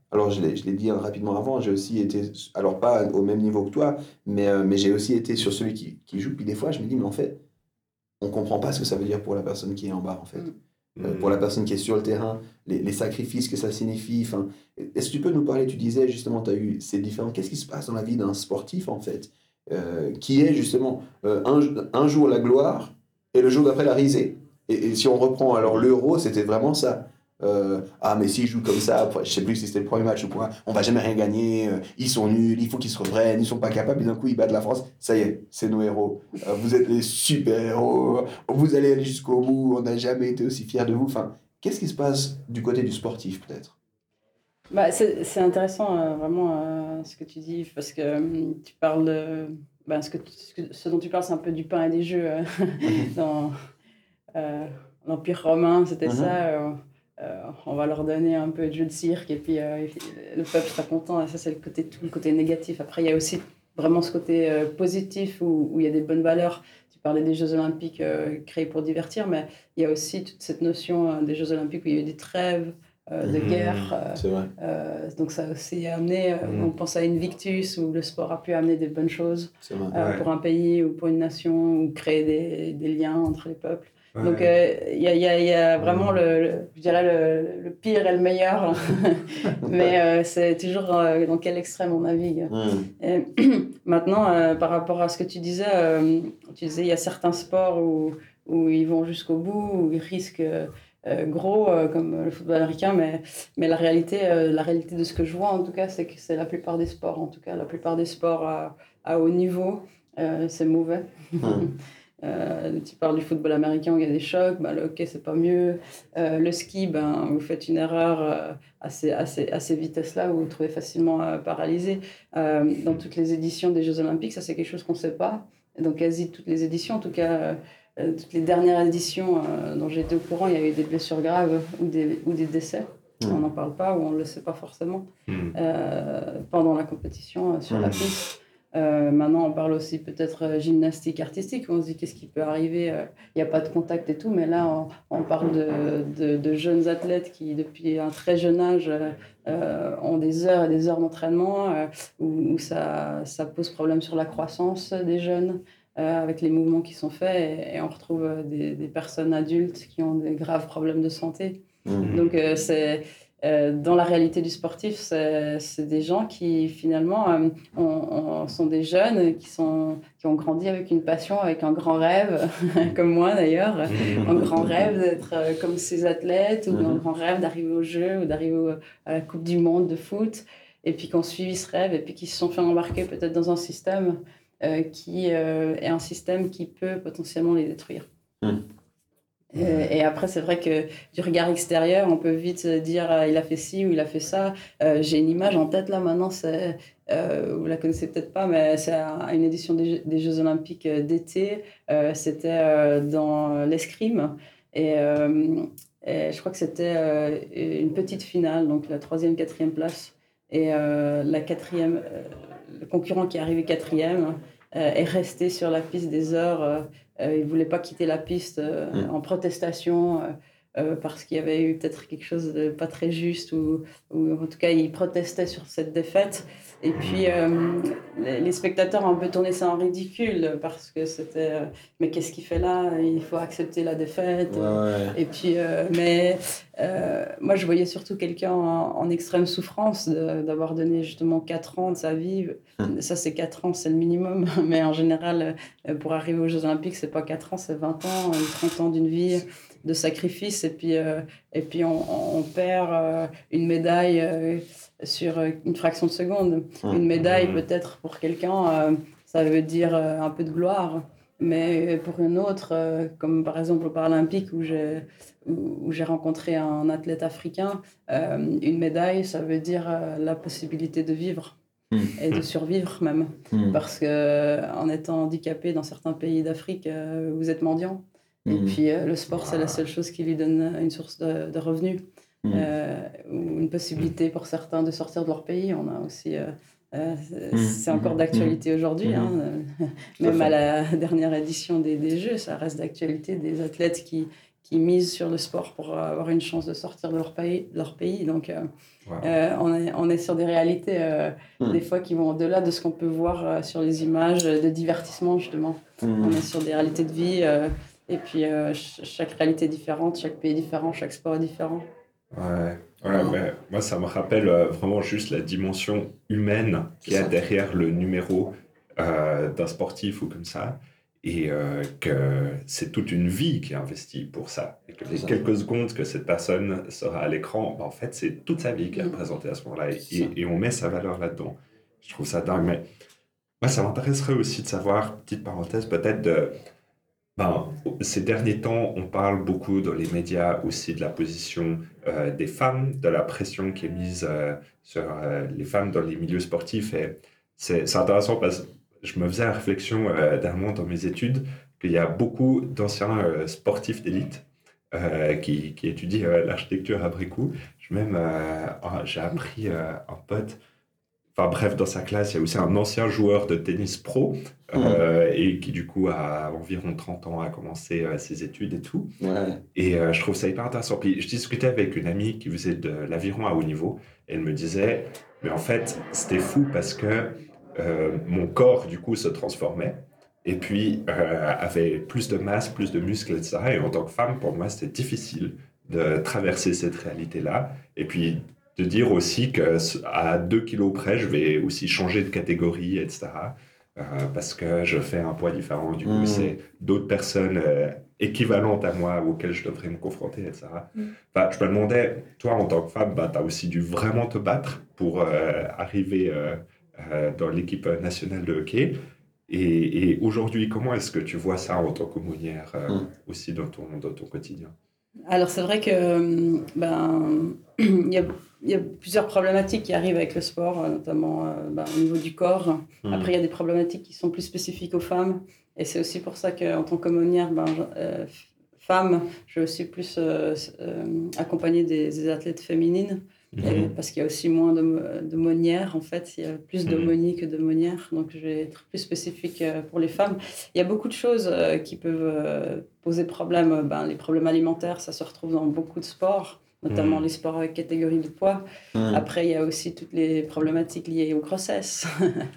alors je l'ai dit rapidement avant, j'ai aussi été, alors pas au même niveau que toi, mais j'ai aussi été sur celui qui joue. Puis des fois, je me dis, mais en fait, on comprend pas ce que ça veut dire pour la personne qui est en bas, en fait. Pour la personne qui est sur le terrain, les sacrifices que ça signifie. Enfin, est-ce que tu peux nous parler, tu disais justement, tu as eu ces différents... Qu'est-ce qui se passe dans la vie d'un sportif, en fait, qui est justement un jour la gloire et le jour d'après la risée. Et si on reprend, alors l'Euro, c'était vraiment ça. Mais s'ils jouent comme ça, je sais plus si c'était le premier match ou quoi, on va jamais rien gagner, ils sont nuls, il faut qu'ils se reprennent, ils sont pas capables, et d'un coup ils battent la France, ça y est, c'est nos héros. Vous êtes les super héros, vous allez aller jusqu'au bout, on n'a jamais été aussi fiers de vous. Enfin, qu'est-ce qui se passe du côté du sportif peut-être? C'est intéressant vraiment ce que tu dis, parce que tu parles de... ce dont tu parles, c'est un peu du pain et des jeux dans l'Empire romain, c'était ça. On va leur donner un peu de jeu de cirque et puis le peuple sera content. Et ça, c'est tout le côté négatif. Après, il y a aussi vraiment ce côté positif où il y a des bonnes valeurs. Tu parlais des Jeux Olympiques créés pour divertir, mais il y a aussi toute cette notion des Jeux Olympiques où il y a eu des trêves de guerre. C'est vrai. Donc ça a aussi amené, on pense à Invictus où le sport a pu amener des bonnes choses pour un pays ou pour une nation ou créer des liens entre les peuples. Ouais. Donc il y a vraiment je dirais le pire et le meilleur, mais c'est toujours dans quel extrême on navigue. Et, maintenant, par rapport à ce que tu disais il y a certains sports où ils vont jusqu'au bout, où ils risquent gros comme le football américain, mais la réalité de ce que je vois en tout cas, c'est que c'est la plupart des sports, en tout cas la plupart des sports à haut niveau, c'est mauvais. Tu parles du football américain où il y a des chocs, le hockey c'est pas mieux, le ski, vous faites une erreur à ces vitesses-là, vous vous trouvez facilement paralysé. Dans toutes les éditions des Jeux Olympiques, ça c'est quelque chose qu'on ne sait pas, dans quasi toutes les éditions, en tout cas toutes les dernières éditions dont j'ai été au courant, il y a eu des blessures graves ou des décès. On n'en parle pas ou on ne le sait pas forcément pendant la compétition sur la piste. Maintenant, on parle aussi peut-être gymnastique artistique, où on se dit qu'est-ce qui peut arriver, il n'y a pas de contact et tout, mais là, on parle de jeunes athlètes qui, depuis un très jeune âge, ont des heures et des heures d'entraînement, où ça pose problème sur la croissance des jeunes, avec les mouvements qui sont faits, et on retrouve des personnes adultes qui ont des graves problèmes de santé. Donc, dans la réalité du sportif, c'est des gens qui finalement sont des jeunes qui ont grandi avec une passion, avec un grand rêve, comme moi d'ailleurs, un grand rêve d'être comme ces athlètes, ou un grand rêve d'arriver aux Jeux, ou d'arriver à la Coupe du Monde de foot, et puis qui ont suivi ce rêve, et puis qui se sont fait embarquer peut-être dans un système qui est un système qui peut potentiellement les détruire. Et après, c'est vrai que du regard extérieur, on peut vite dire il a fait ci ou il a fait ça. J'ai une image en tête là maintenant, vous la connaissez peut-être pas, mais c'est une édition des Jeux Olympiques d'été. C'était dans l'escrime. Et je crois que c'était une petite finale, donc la 3e, 4e place. Et la 4e, le concurrent qui est arrivé 4e est resté sur la piste des heures. Il ne voulait pas quitter la piste en protestation parce qu'il y avait eu peut-être quelque chose de pas très juste, ou en tout cas il protestait sur cette défaite. Et puis les spectateurs ont un peu tourné ça en ridicule parce que c'était mais qu'est-ce qu'il fait là, il faut accepter la défaite. Et puis moi je voyais surtout quelqu'un en extrême souffrance d'avoir donné justement 4 ans de sa vie. Ça c'est 4 ans, c'est le minimum, mais en général pour arriver aux Jeux Olympiques c'est pas 4 ans, c'est 20 ans, 30 ans d'une vie de sacrifice, et puis on perd une médaille sur une fraction de seconde. Une médaille, peut-être pour quelqu'un, ça veut dire un peu de gloire, mais pour une autre, comme par exemple au Paralympique où j'ai rencontré un athlète africain, une médaille, ça veut dire la possibilité de vivre. Et de survivre même, parce qu'en étant handicapé dans certains pays d'Afrique, vous êtes mendiant. Et puis le sport, c'est la seule chose qui lui donne une source de revenus, ou une possibilité pour certains de sortir de leur pays. On a aussi, c'est encore d'actualité aujourd'hui, même à la dernière édition des Jeux, ça reste d'actualité, des athlètes qui qui misent sur le sport pour avoir une chance de sortir de leur pays. Donc, on est sur des réalités, des fois, qui vont au-delà de ce qu'on peut voir sur les images de divertissement, justement. On est sur des réalités de vie, et puis chaque réalité est différente, chaque pays est différent, chaque sport est différent. Mais moi, ça me rappelle vraiment juste la dimension humaine qu'il y a derrière le numéro d'un sportif ou comme ça. Et que c'est toute une vie qui est investie pour ça. Et que les quelques secondes que cette personne sera à l'écran, en fait, c'est toute sa vie qui est représentée à ce moment-là. Et on met sa valeur là-dedans. Je trouve ça dingue. Mais moi, ça m'intéresserait aussi de savoir, petite parenthèse peut-être, ces derniers temps, on parle beaucoup dans les médias aussi de la position des femmes, de la pression qui est mise sur les femmes dans les milieux sportifs. Et c'est intéressant parce que je me faisais la réflexion dernièrement dans mes études qu'il y a beaucoup d'anciens sportifs d'élite qui étudient l'architecture à Brécourt. J'ai appris un pote, enfin bref, dans sa classe, il y a aussi un ancien joueur de tennis pro et qui du coup a environ 30 ans a commencé ses études et tout. Et je trouve ça hyper intéressant. Puis je discutais avec une amie qui faisait de l'aviron à haut niveau et elle me disait, mais en fait, c'était fou parce que mon corps, du coup, se transformait et puis avait plus de masse, plus de muscles, etc. Et en tant que femme, pour moi, c'était difficile de traverser cette réalité-là. Et puis, de dire aussi qu'à 2 kilos près, je vais aussi changer de catégorie, etc. Parce que je fais un poids différent. Du coup, c'est d'autres personnes équivalentes à moi auxquelles je devrais me confronter, etc. Enfin, je me demandais, toi, en tant que femme, tu as aussi dû vraiment te battre pour arriver... dans l'équipe nationale de hockey. Et aujourd'hui, comment est-ce que tu vois ça en tant qu'aumônière aussi dans ton quotidien? Alors, c'est vrai que il y a plusieurs problématiques qui arrivent avec le sport, notamment au niveau du corps. Après, il y a des problématiques qui sont plus spécifiques aux femmes. Et c'est aussi pour ça qu'en tant qu'aumônière, femme, je suis plus accompagnée des athlètes féminines. Parce qu'il y a aussi moins d'aumônières, en fait, il y a plus d'aumôniers que d'aumônières, donc je vais être plus spécifique pour les femmes. Il y a beaucoup de choses qui peuvent poser problème. Les problèmes alimentaires, ça se retrouve dans beaucoup de sports, notamment les sports avec catégorie de poids. Après, il y a aussi toutes les problématiques liées aux grossesses.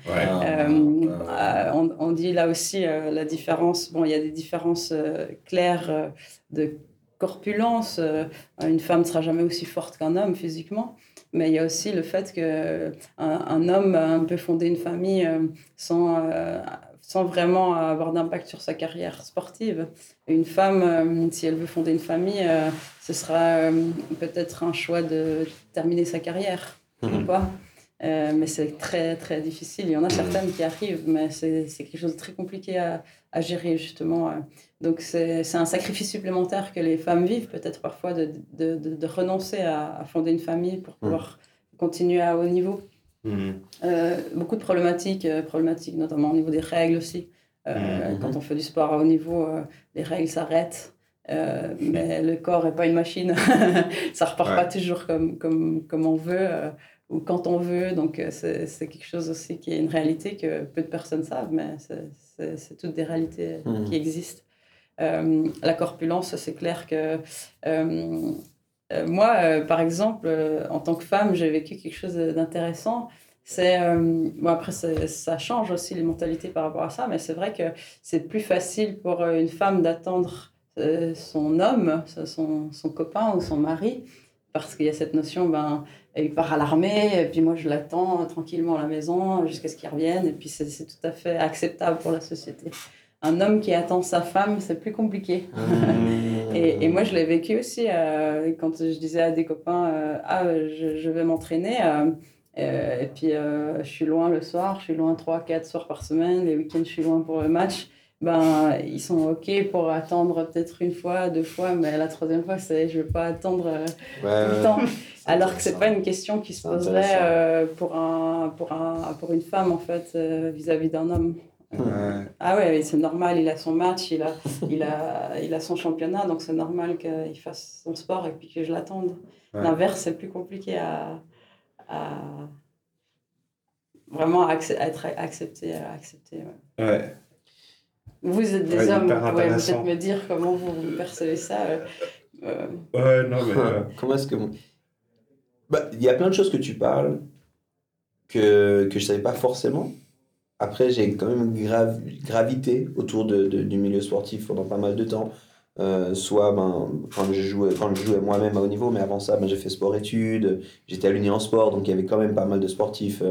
On dit là aussi la différence, il y a des différences claires de corpulence. Une femme ne sera jamais aussi forte qu'un homme physiquement, mais il y a aussi le fait qu'un homme peut fonder une famille sans vraiment avoir d'impact sur sa carrière sportive. Une femme, si elle veut fonder une famille, ce sera peut-être un choix de terminer sa carrière ou pas. Mais c'est très, très difficile. Il y en a certaines qui arrivent, mais c'est quelque chose de très compliqué à gérer, justement. Donc, c'est un sacrifice supplémentaire que les femmes vivent, peut-être parfois, de renoncer à fonder une famille pour pouvoir continuer à haut niveau. Beaucoup de problématiques, notamment au niveau des règles aussi. Quand on fait du sport à haut niveau, les règles s'arrêtent. Mais le corps n'est pas une machine. Ça ne repart pas toujours comme on veut. Ou quand on veut, donc c'est quelque chose aussi qui est une réalité que peu de personnes savent, mais c'est toutes des réalités qui existent. La corpulence, c'est clair que moi, par exemple, en tant que femme, j'ai vécu quelque chose d'intéressant. Après, ça change aussi les mentalités par rapport à ça, mais c'est vrai que c'est plus facile pour une femme d'attendre son homme, son copain ou son mari, parce qu'il y a cette notion, il part à l'armée, et puis moi je l'attends tranquillement à la maison jusqu'à ce qu'il revienne, et puis c'est tout à fait acceptable pour la société. Un homme qui attend sa femme, c'est plus compliqué. Et moi je l'ai vécu aussi quand je disais à des copains je vais m'entraîner, et puis je suis loin le soir, je suis loin 3-4 soirs par semaine, les week-ends je suis loin pour le match. Ils sont OK pour attendre peut-être 1 fois, 2 fois, mais la 3e fois, je ne vais pas attendre tout le temps. Alors que ce n'est pas une question qui se poserait pour une femme, en fait, vis-à-vis d'un homme. C'est normal, il a son match, il a son championnat, donc c'est normal qu'il fasse son sport et puis que je l'attende. L'inverse, c'est plus compliqué à vraiment être accepté. Vous êtes des hommes, vous pouvez peut-être me dire comment vous percevez ça. Ouais, non, mais... Comment est-ce que... il y a plein de choses que tu parles que je ne savais pas forcément. Après, j'ai quand même gravité autour du milieu sportif pendant pas mal de temps. Soit quand je jouais moi-même à haut niveau, mais avant ça, j'ai fait sport-études, j'étais à l'Uni en sport, donc il y avait quand même pas mal de sportifs,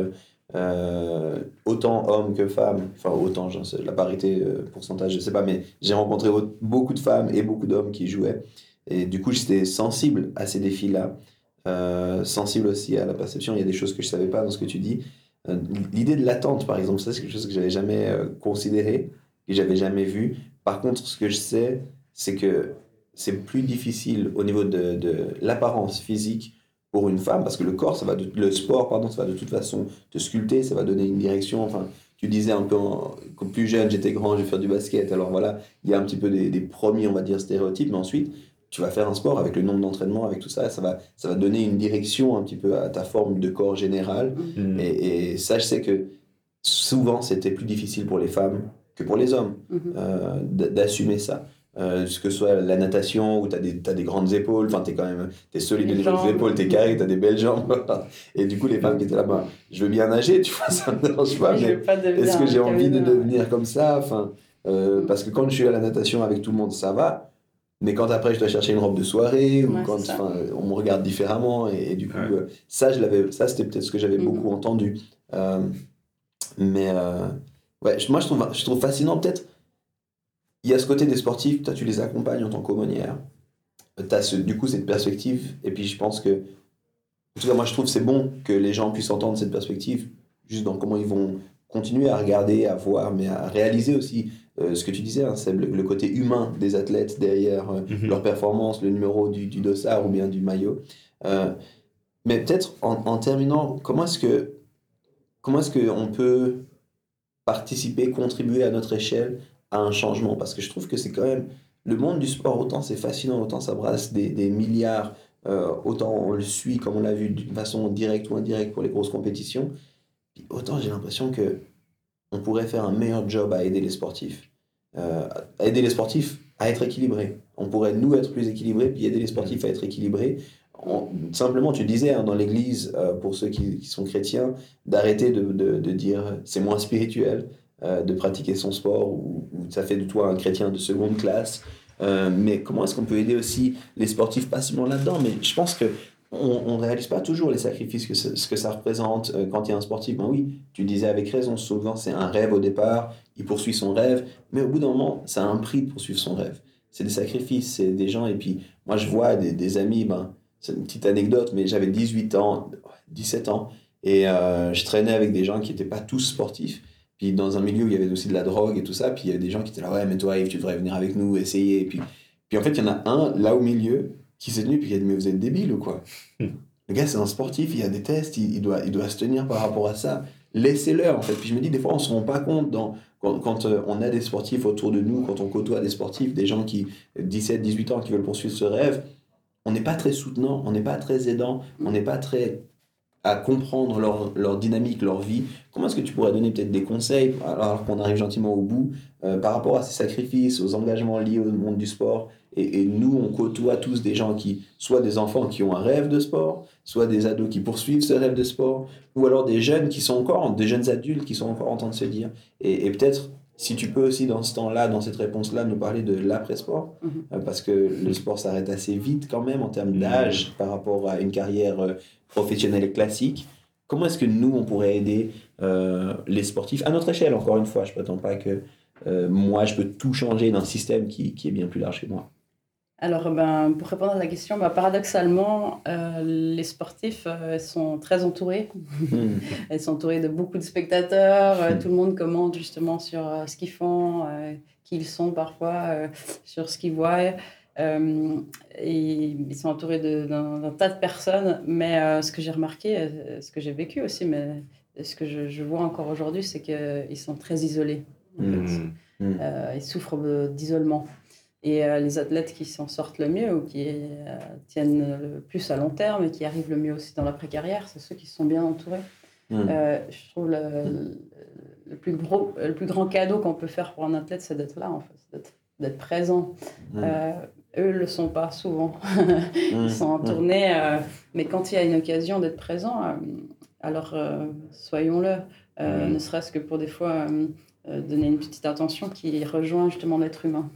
autant hommes que femmes, enfin autant, la parité, pourcentage, je sais pas, mais j'ai rencontré beaucoup de femmes et beaucoup d'hommes qui jouaient, et du coup j'étais sensible à ces défis-là, sensible aussi à la perception. Il y a des choses que je savais pas dans ce que tu dis. L'idée de l'attente, par exemple, ça c'est quelque chose que j'avais jamais considéré, que j'avais jamais vu. Par contre, ce que je sais, c'est que c'est plus difficile au niveau de l'apparence physique pour une femme, parce que le sport, ça va de toute façon te sculpter, ça va donner une direction. Enfin, tu disais un peu, comme plus jeune, j'étais grand, je vais faire du basket. Alors voilà, il y a un petit peu des premiers, on va dire, stéréotypes, mais ensuite, tu vas faire un sport avec le nombre d'entraînements, avec tout ça, ça va donner une direction un petit peu à ta forme de corps général. Et ça, je sais que souvent, c'était plus difficile pour les femmes que pour les hommes d'assumer ça. Ce que ce soit la natation, où tu as des grandes épaules, enfin, t'es solide au niveau des épaules, t'es carré, tu as des belles jambes. Et du coup, les femmes qui étaient là, je veux bien nager, tu vois, ça me dérange pas, mais est-ce que j'ai envie de devenir comme ça? Enfin, parce que quand je suis à la natation avec tout le monde, ça va. Mais quand après je dois chercher une robe de soirée, ou quand on me regarde différemment, et du coup, ça c'était peut-être ce que j'avais beaucoup entendu. Mais moi je trouve fascinant, peut-être, il y a ce côté des sportifs, toi tu les accompagnes en tant qu'aumônière, tu as du coup cette perspective, et puis je pense que, en tout cas moi je trouve que c'est bon que les gens puissent entendre cette perspective, juste dans comment ils vont continuer à regarder, à voir, mais à réaliser aussi ce que tu disais, hein, c'est le côté humain des athlètes derrière leur performance, le numéro du dossard ou bien du maillot. Mais peut-être en terminant, comment est-ce qu'on peut participer, contribuer à notre échelle à un changement? Parce que je trouve que c'est quand même, le monde du sport, autant c'est fascinant, autant ça brasse des milliards, autant on le suit, comme on l'a vu, d'une façon directe ou indirecte pour les grosses compétitions, autant j'ai l'impression que on pourrait faire un meilleur job à aider les sportifs. À aider les sportifs à être équilibrés. On pourrait, nous, être plus équilibrés, puis aider les sportifs à être équilibrés. Simplement, tu disais, hein, dans l'église, pour ceux qui sont chrétiens, d'arrêter de dire c'est moins spirituel, de pratiquer son sport, ou ça fait de toi un chrétien de seconde classe. Mais comment est-ce qu'on peut aider aussi les sportifs, pas seulement là-dedans, mais je pense que on ne réalise pas toujours les sacrifices, ce que ça représente quand il y a un sportif. Ben oui, tu disais avec raison, souvent c'est un rêve au départ, il poursuit son rêve, mais au bout d'un moment, ça a un prix de poursuivre son rêve. C'est des sacrifices, c'est des gens, et puis moi je vois des amis, c'est une petite anecdote, mais j'avais 18 ans, 17 ans, et je traînais avec des gens qui n'étaient pas tous sportifs, puis dans un milieu où il y avait aussi de la drogue et tout ça, puis il y avait des gens qui étaient là, ouais, mais toi Yves, tu devrais venir avec nous, essayer, et puis en fait il y en a un là au milieu, qui s'est tenu, puis il a dit, mais vous êtes débile ou quoi? Le gars, c'est un sportif, il y a des tests, il doit se tenir par rapport à ça. Laissez-le, en fait. Puis je me dis, des fois, on ne se rend pas compte quand on a des sportifs autour de nous, quand on côtoie des sportifs, des gens qui, 17, 18 ans, qui veulent poursuivre ce rêve, on n'est pas très soutenant, on n'est pas très aidant, on n'est pas très à comprendre leur dynamique, leur vie. Comment est-ce que tu pourrais donner peut-être des conseils, alors qu'on arrive gentiment au bout, par rapport à ces sacrifices, aux engagements liés au monde du sport? Et nous, on côtoie tous des gens soit des enfants qui ont un rêve de sport, soit des ados qui poursuivent ce rêve de sport, ou alors des jeunes des jeunes adultes qui sont encore en train de se dire. Et peut-être, si tu peux aussi dans ce temps-là, dans cette réponse-là, nous parler de l'après-sport, parce que le sport s'arrête assez vite quand même en termes d'âge par rapport à une carrière professionnelle et classique. Comment est-ce que nous, on pourrait aider les sportifs à notre échelle? Encore une fois, je ne prétends pas que moi, je peux tout changer d'un système qui est bien plus large que moi. Alors, pour répondre à la question, paradoxalement, les sportifs sont très entourés. Ils sont entourés de beaucoup de spectateurs. Tout le monde commente justement sur ce qu'ils font, qui ils sont parfois, sur ce qu'ils voient. Et ils sont entourés d'un tas de personnes. Mais ce que j'ai remarqué, ce que j'ai vécu aussi, mais ce que je vois encore aujourd'hui, c'est qu'ils sont très isolés. En fait. Ils souffrent d'isolement. Et les athlètes qui s'en sortent le mieux ou qui tiennent le plus à long terme et qui arrivent le mieux aussi dans l'après-carrière, c'est ceux qui sont bien entourés. Je trouve le plus grand cadeau qu'on peut faire pour un athlète, c'est d'être là, en fait, d'être présent. Eux ne le sont pas souvent. Ils sont en tournée, mais quand il y a une occasion d'être présent, alors soyons-le, ne serait-ce que pour des fois donner une petite attention qui rejoint justement l'être humain.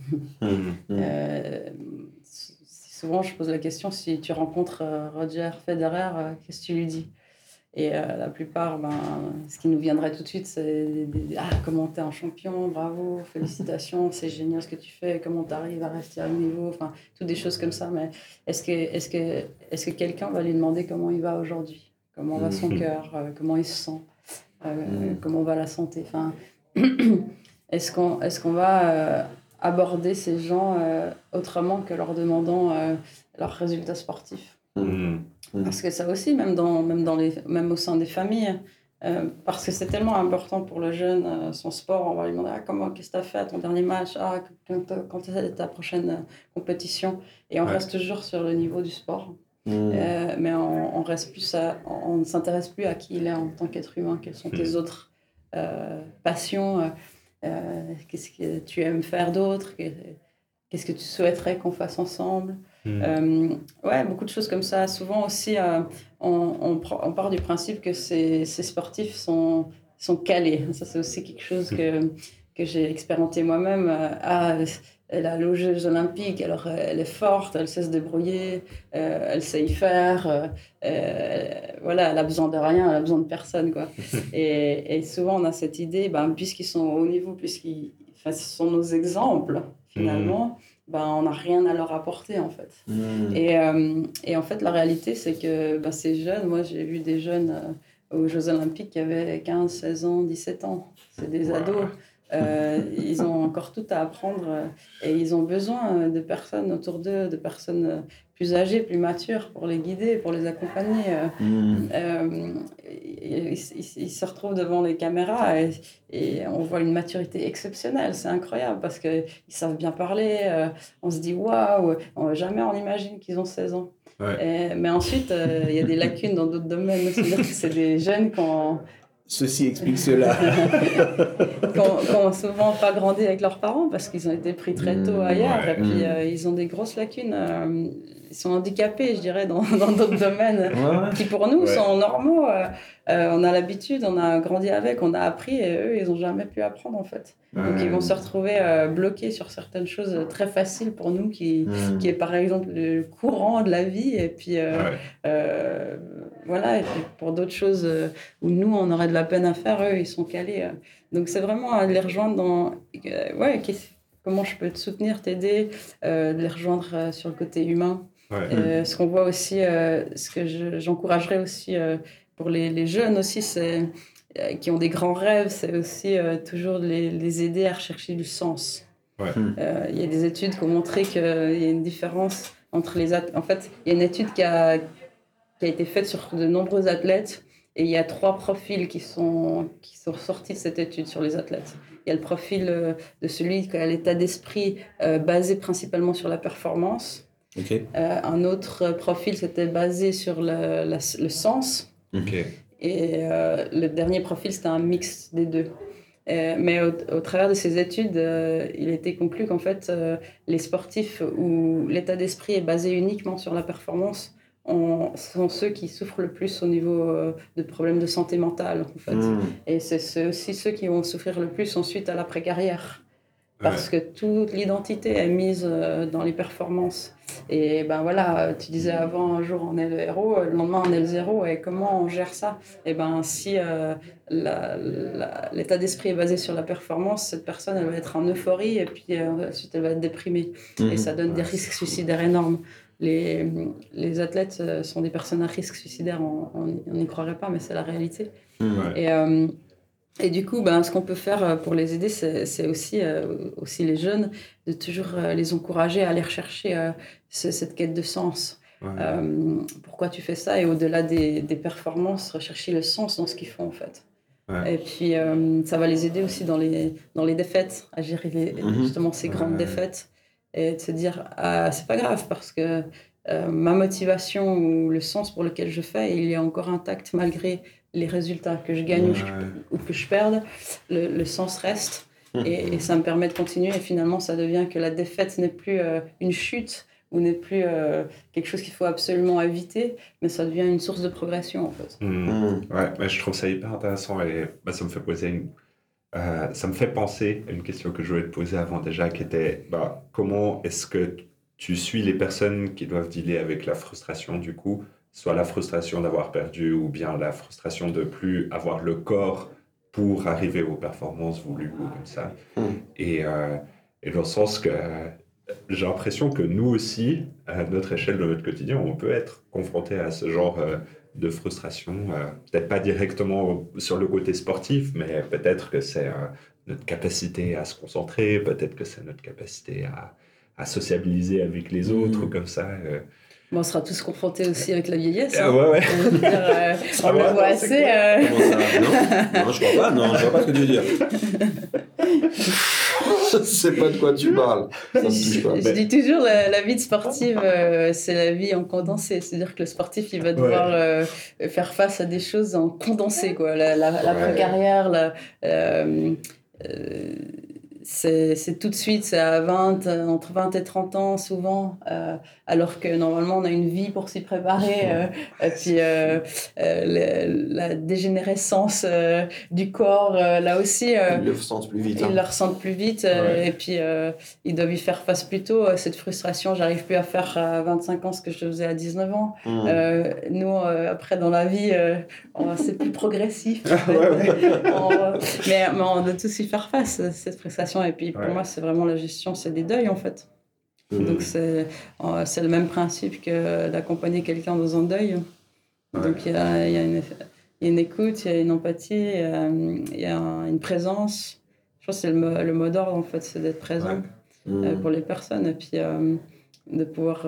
Souvent, je pose la question, si tu rencontres Roger Federer, qu'est-ce que tu lui dis ? Et la plupart, ce qui nous viendrait tout de suite, c'est comment t'es un champion, bravo, félicitations, c'est génial ce que tu fais, comment t'arrives à rester à haut niveau, enfin, toutes des choses comme ça. Mais est-ce que quelqu'un va lui demander comment il va aujourd'hui, comment va son cœur, comment il se sent, comment va la santé, enfin, est-ce qu'on va aborder ces gens autrement que leur demandant leurs résultats sportifs? Parce que ça aussi, même au sein des familles, parce que c'est tellement important pour le jeune, son sport, on va lui demander qu'est-ce que tu as fait à ton dernier match, quand est ta prochaine compétition, et on reste toujours sur le niveau du sport. Mais on ne s'intéresse plus à qui il est en tant qu'être humain, quelles sont tes autres passions, qu'est-ce que tu aimes faire d'autre, qu'est-ce que tu souhaiterais qu'on fasse ensemble. Beaucoup de choses comme ça. Souvent aussi, on part du principe que ces sportifs sont calés. Ça, c'est aussi quelque chose que j'ai expérimenté moi-même. Elle a aux Jeux Olympiques, alors elle est forte, elle sait se débrouiller, elle sait y faire. Elle a besoin de rien, elle a besoin de personne, quoi. Et souvent, on a cette idée, puisqu'ils sont au haut niveau, ce sont nos exemples, finalement. On n'a rien à leur apporter, en fait. Et en fait, la réalité, c'est que ces jeunes, moi, j'ai vu des jeunes aux Jeux Olympiques qui avaient 15, 16 ans, 17 ans. C'est des ados. Ils ont encore tout à apprendre et ils ont besoin de personnes autour d'eux, de personnes plus âgées, plus matures pour les guider, pour les accompagner. Ils se retrouvent devant les caméras et on voit une maturité exceptionnelle. C'est incroyable parce qu'ils savent bien parler. On se dit waouh, jamais on imagine qu'ils ont 16 ans. Mais ensuite, il y a des lacunes dans d'autres domaines. C'est-à-dire que c'est des jeunes Ceci explique cela. qui n'ont souvent pas grandi avec leurs parents parce qu'ils ont été pris très tôt ailleurs. Et puis, ils ont des grosses lacunes. Ils sont handicapés, je dirais, dans d'autres domaines qui, pour nous, sont normaux. On a l'habitude, on a grandi avec, on a appris et eux, ils n'ont jamais pu apprendre, en fait. Donc, ils vont se retrouver bloqués sur certaines choses très faciles pour nous qui est, par exemple, le courant de la vie. Et puis, et puis pour d'autres choses où nous, on aurait de la peine à faire, eux, ils sont calés. Donc, c'est vraiment de les rejoindre dans... comment je peux te soutenir, t'aider, de les rejoindre sur le côté humain. Ce qu'on voit aussi, ce que j'encouragerais aussi pour les jeunes aussi, c'est qui ont des grands rêves, c'est aussi toujours de les aider à rechercher du sens. Il y a des études qui ont montré qu'il y a une différence entre les athlètes. En fait, il y a une étude qui a été faite sur de nombreux athlètes et il y a 3 profils qui sont sortis de cette étude sur les athlètes. Il y a le profil de celui qui a l'état d'esprit basé principalement sur la performance. Un autre profil, c'était basé sur le sens. Et le dernier profil, c'était un mix des deux. Mais au travers de ces études, il a été conclu qu'en fait, les sportifs où l'état d'esprit est basé uniquement sur la performance sont ceux qui souffrent le plus au niveau de problèmes de santé mentale, en fait. Et c'est aussi ceux qui vont souffrir le plus ensuite à l'après-carrière. Parce que toute l'identité est mise dans les performances. Et tu disais avant, un jour on est le héros, le lendemain on est le zéro. Et comment on gère ça ? Et si l'état d'esprit est basé sur la performance, cette personne elle va être en euphorie et puis ensuite elle va être déprimée. Et ça donne des risques suicidaires énormes. Les athlètes sont des personnes à risque suicidaire, on n'y croirait pas, mais c'est la réalité. Et du coup, ce qu'on peut faire pour les aider, c'est aussi les jeunes, de toujours les encourager à aller rechercher cette quête de sens. Pourquoi tu fais ça ? Et au-delà des performances, rechercher le sens dans ce qu'ils font, en fait. Et puis, ça va les aider aussi dans les défaites, à gérer justement ces grandes défaites. Et de se dire, c'est pas grave, parce que ma motivation ou le sens pour lequel je fais, il est encore intact malgré les résultats, que je gagne ou que je perde, le sens reste. Et ça me permet de continuer. Et finalement, ça devient que la défaite n'est plus une chute ou n'est plus quelque chose qu'il faut absolument éviter, mais ça devient une source de progression, en fait. Ouais, je trouve ça hyper intéressant et ça me fait poser ça me fait penser à une question que je voulais te poser avant déjà, qui était comment est-ce que tu suis les personnes qui doivent dealer avec la frustration, du coup, soit la frustration d'avoir perdu ou bien la frustration de plus avoir le corps pour arriver aux performances voulues ou comme ça. Et dans le sens que j'ai l'impression que nous aussi, à notre échelle de notre quotidien, on peut être confronté à ce genre de frustration, peut-être pas directement sur le côté sportif, mais peut-être que c'est notre capacité à se concentrer, peut-être que c'est notre capacité à sociabiliser avec les autres, ou comme ça. On sera tous confrontés aussi avec la vieillesse. Ouais. On le voit assez. Non, je crois pas. Non, je vois pas ce que tu veux dire. Je sais pas de quoi tu parles. Ça me touche pas. Je dis toujours, la vie de sportive, c'est la vie en condensé. C'est-à-dire que le sportif, il va devoir faire face à des choses en condensé, quoi. L'après-carrière, c'est tout de suite, c'est à entre 20 et 30 ans souvent, alors que normalement on a une vie pour s'y préparer. Et puis la dégénérescence du corps, là aussi, ils le ressentent plus vite. Ils le ressentent plus vite, et puis ils doivent y faire face plus tôt. Cette frustration, j'arrive plus à faire à 25 ans ce que je faisais à 19 ans. Nous, après dans la vie, c'est plus progressif. Mais on doit tous y faire face, cette frustration. Et puis pour moi, c'est vraiment la gestion, c'est des deuils en fait. Donc c'est le même principe que d'accompagner quelqu'un dans un deuil. Donc il y a une écoute, il y a une empathie, il y a une présence. Je pense que c'est le mot d'ordre en fait, c'est d'être présent pour les personnes et puis de pouvoir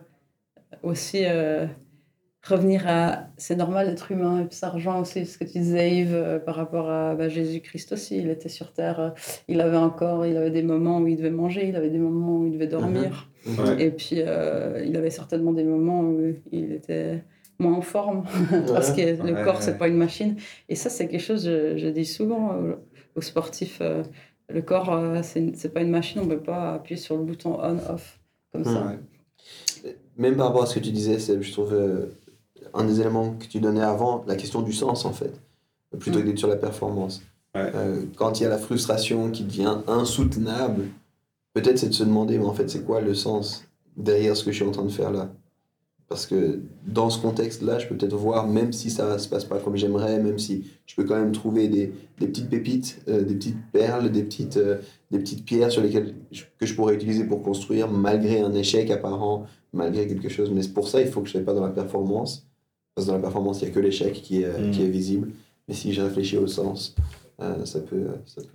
aussi revenir à c'est normal d'être humain. Et puis ça rejoint aussi ce que tu disais Yves par rapport à Jésus-Christ aussi. Il était sur terre, il avait un corps, il avait des moments où il devait manger, il avait des moments où il devait dormir. Et puis il avait certainement des moments où il était moins en forme parce que le corps c'est pas une machine. Et ça c'est quelque chose je dis souvent aux sportifs, le corps c'est pas une machine, on peut pas appuyer sur le bouton on/off comme ça. Même par rapport à ce que tu disais, je trouve un des éléments que tu donnais avant, la question du sens en fait, plutôt que d'être sur la performance. Quand il y a la frustration qui devient insoutenable, peut-être c'est de se demander mais en fait c'est quoi le sens derrière ce que je suis en train de faire là. Parce que dans ce contexte-là, je peux peut-être voir, même si ça ne se passe pas comme j'aimerais, même si je peux quand même trouver des petites pépites, des petites perles, des petites pierres sur lesquelles que je pourrais utiliser pour construire, malgré un échec apparent, malgré quelque chose. Mais pour ça, il faut que je ne sois pas dans la performance. Parce que dans la performance, il n'y a que l'échec qui est visible. Mais si je réfléchis au sens, ça peut.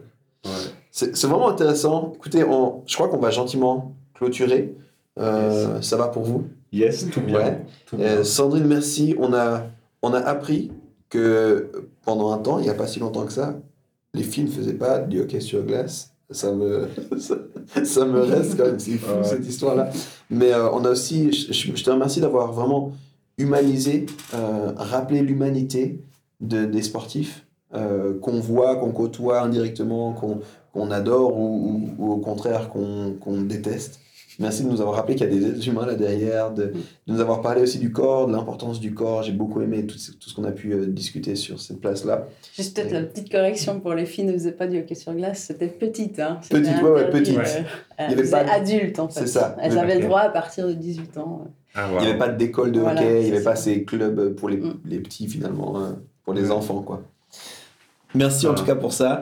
C'est vraiment intéressant. Écoutez, je crois qu'on va gentiment clôturer. Ça va pour vous ? Yes, tout bien. Tout bien. Sandrine, merci. On a appris que pendant un temps, il n'y a pas si longtemps que ça, les filles ne faisaient pas du hockey sur glace. Ça me reste quand même, c'est fou cette histoire-là. Mais on a aussi, je te remercie d'avoir vraiment humanisé, rappelé l'humanité des sportifs qu'on voit, qu'on côtoie indirectement, qu'on adore ou au contraire qu'on déteste. Merci de nous avoir rappelé qu'il y a des êtres humains là derrière, de nous avoir parlé aussi du corps, de l'importance du corps. J'ai beaucoup aimé tout ce qu'on a pu discuter sur cette place-là. Juste peut-être la petite correction pour les filles, ne faisaient pas du hockey sur glace, c'était petite. Hein. Petite, petite. Elles étaient adultes en fait. C'est ça. Elles avaient le droit à partir de 18 ans. Il n'y avait pas d'école de hockey, il n'y avait pas ces clubs pour les petits finalement, pour les enfants quoi. Merci en tout cas pour ça.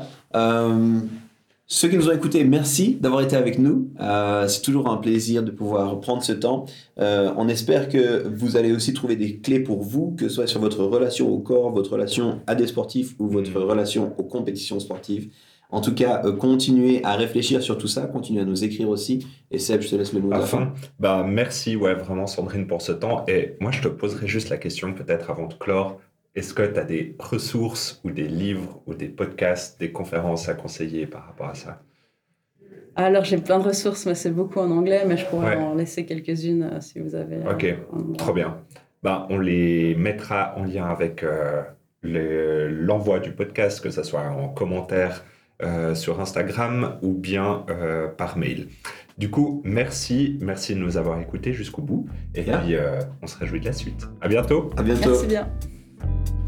Ceux qui nous ont écoutés, merci d'avoir été avec nous. C'est toujours un plaisir de pouvoir prendre ce temps. On espère que vous allez aussi trouver des clés pour vous, que ce soit sur votre relation au corps, votre relation à des sportifs ou votre relation aux compétitions sportives. En tout cas, continuez à réfléchir sur tout ça, continuez à nous écrire aussi. Et Seb, je te laisse le mot de la fin. Merci vraiment Sandrine pour ce temps. Et moi, je te poserai juste la question peut-être avant de clore. Est-ce que tu as des ressources ou des livres ou des podcasts, des conférences à conseiller par rapport à ça ? Alors, j'ai plein de ressources, mais c'est beaucoup en anglais, mais je pourrais en laisser quelques-unes si vous avez... Ok, trop bien. On les mettra en lien avec l'envoi du podcast, que ce soit en commentaire sur Instagram ou bien par mail. Du coup, merci de nous avoir écoutés jusqu'au bout. Et puis, on se réjouit de la suite. À bientôt. À bientôt. Merci bien.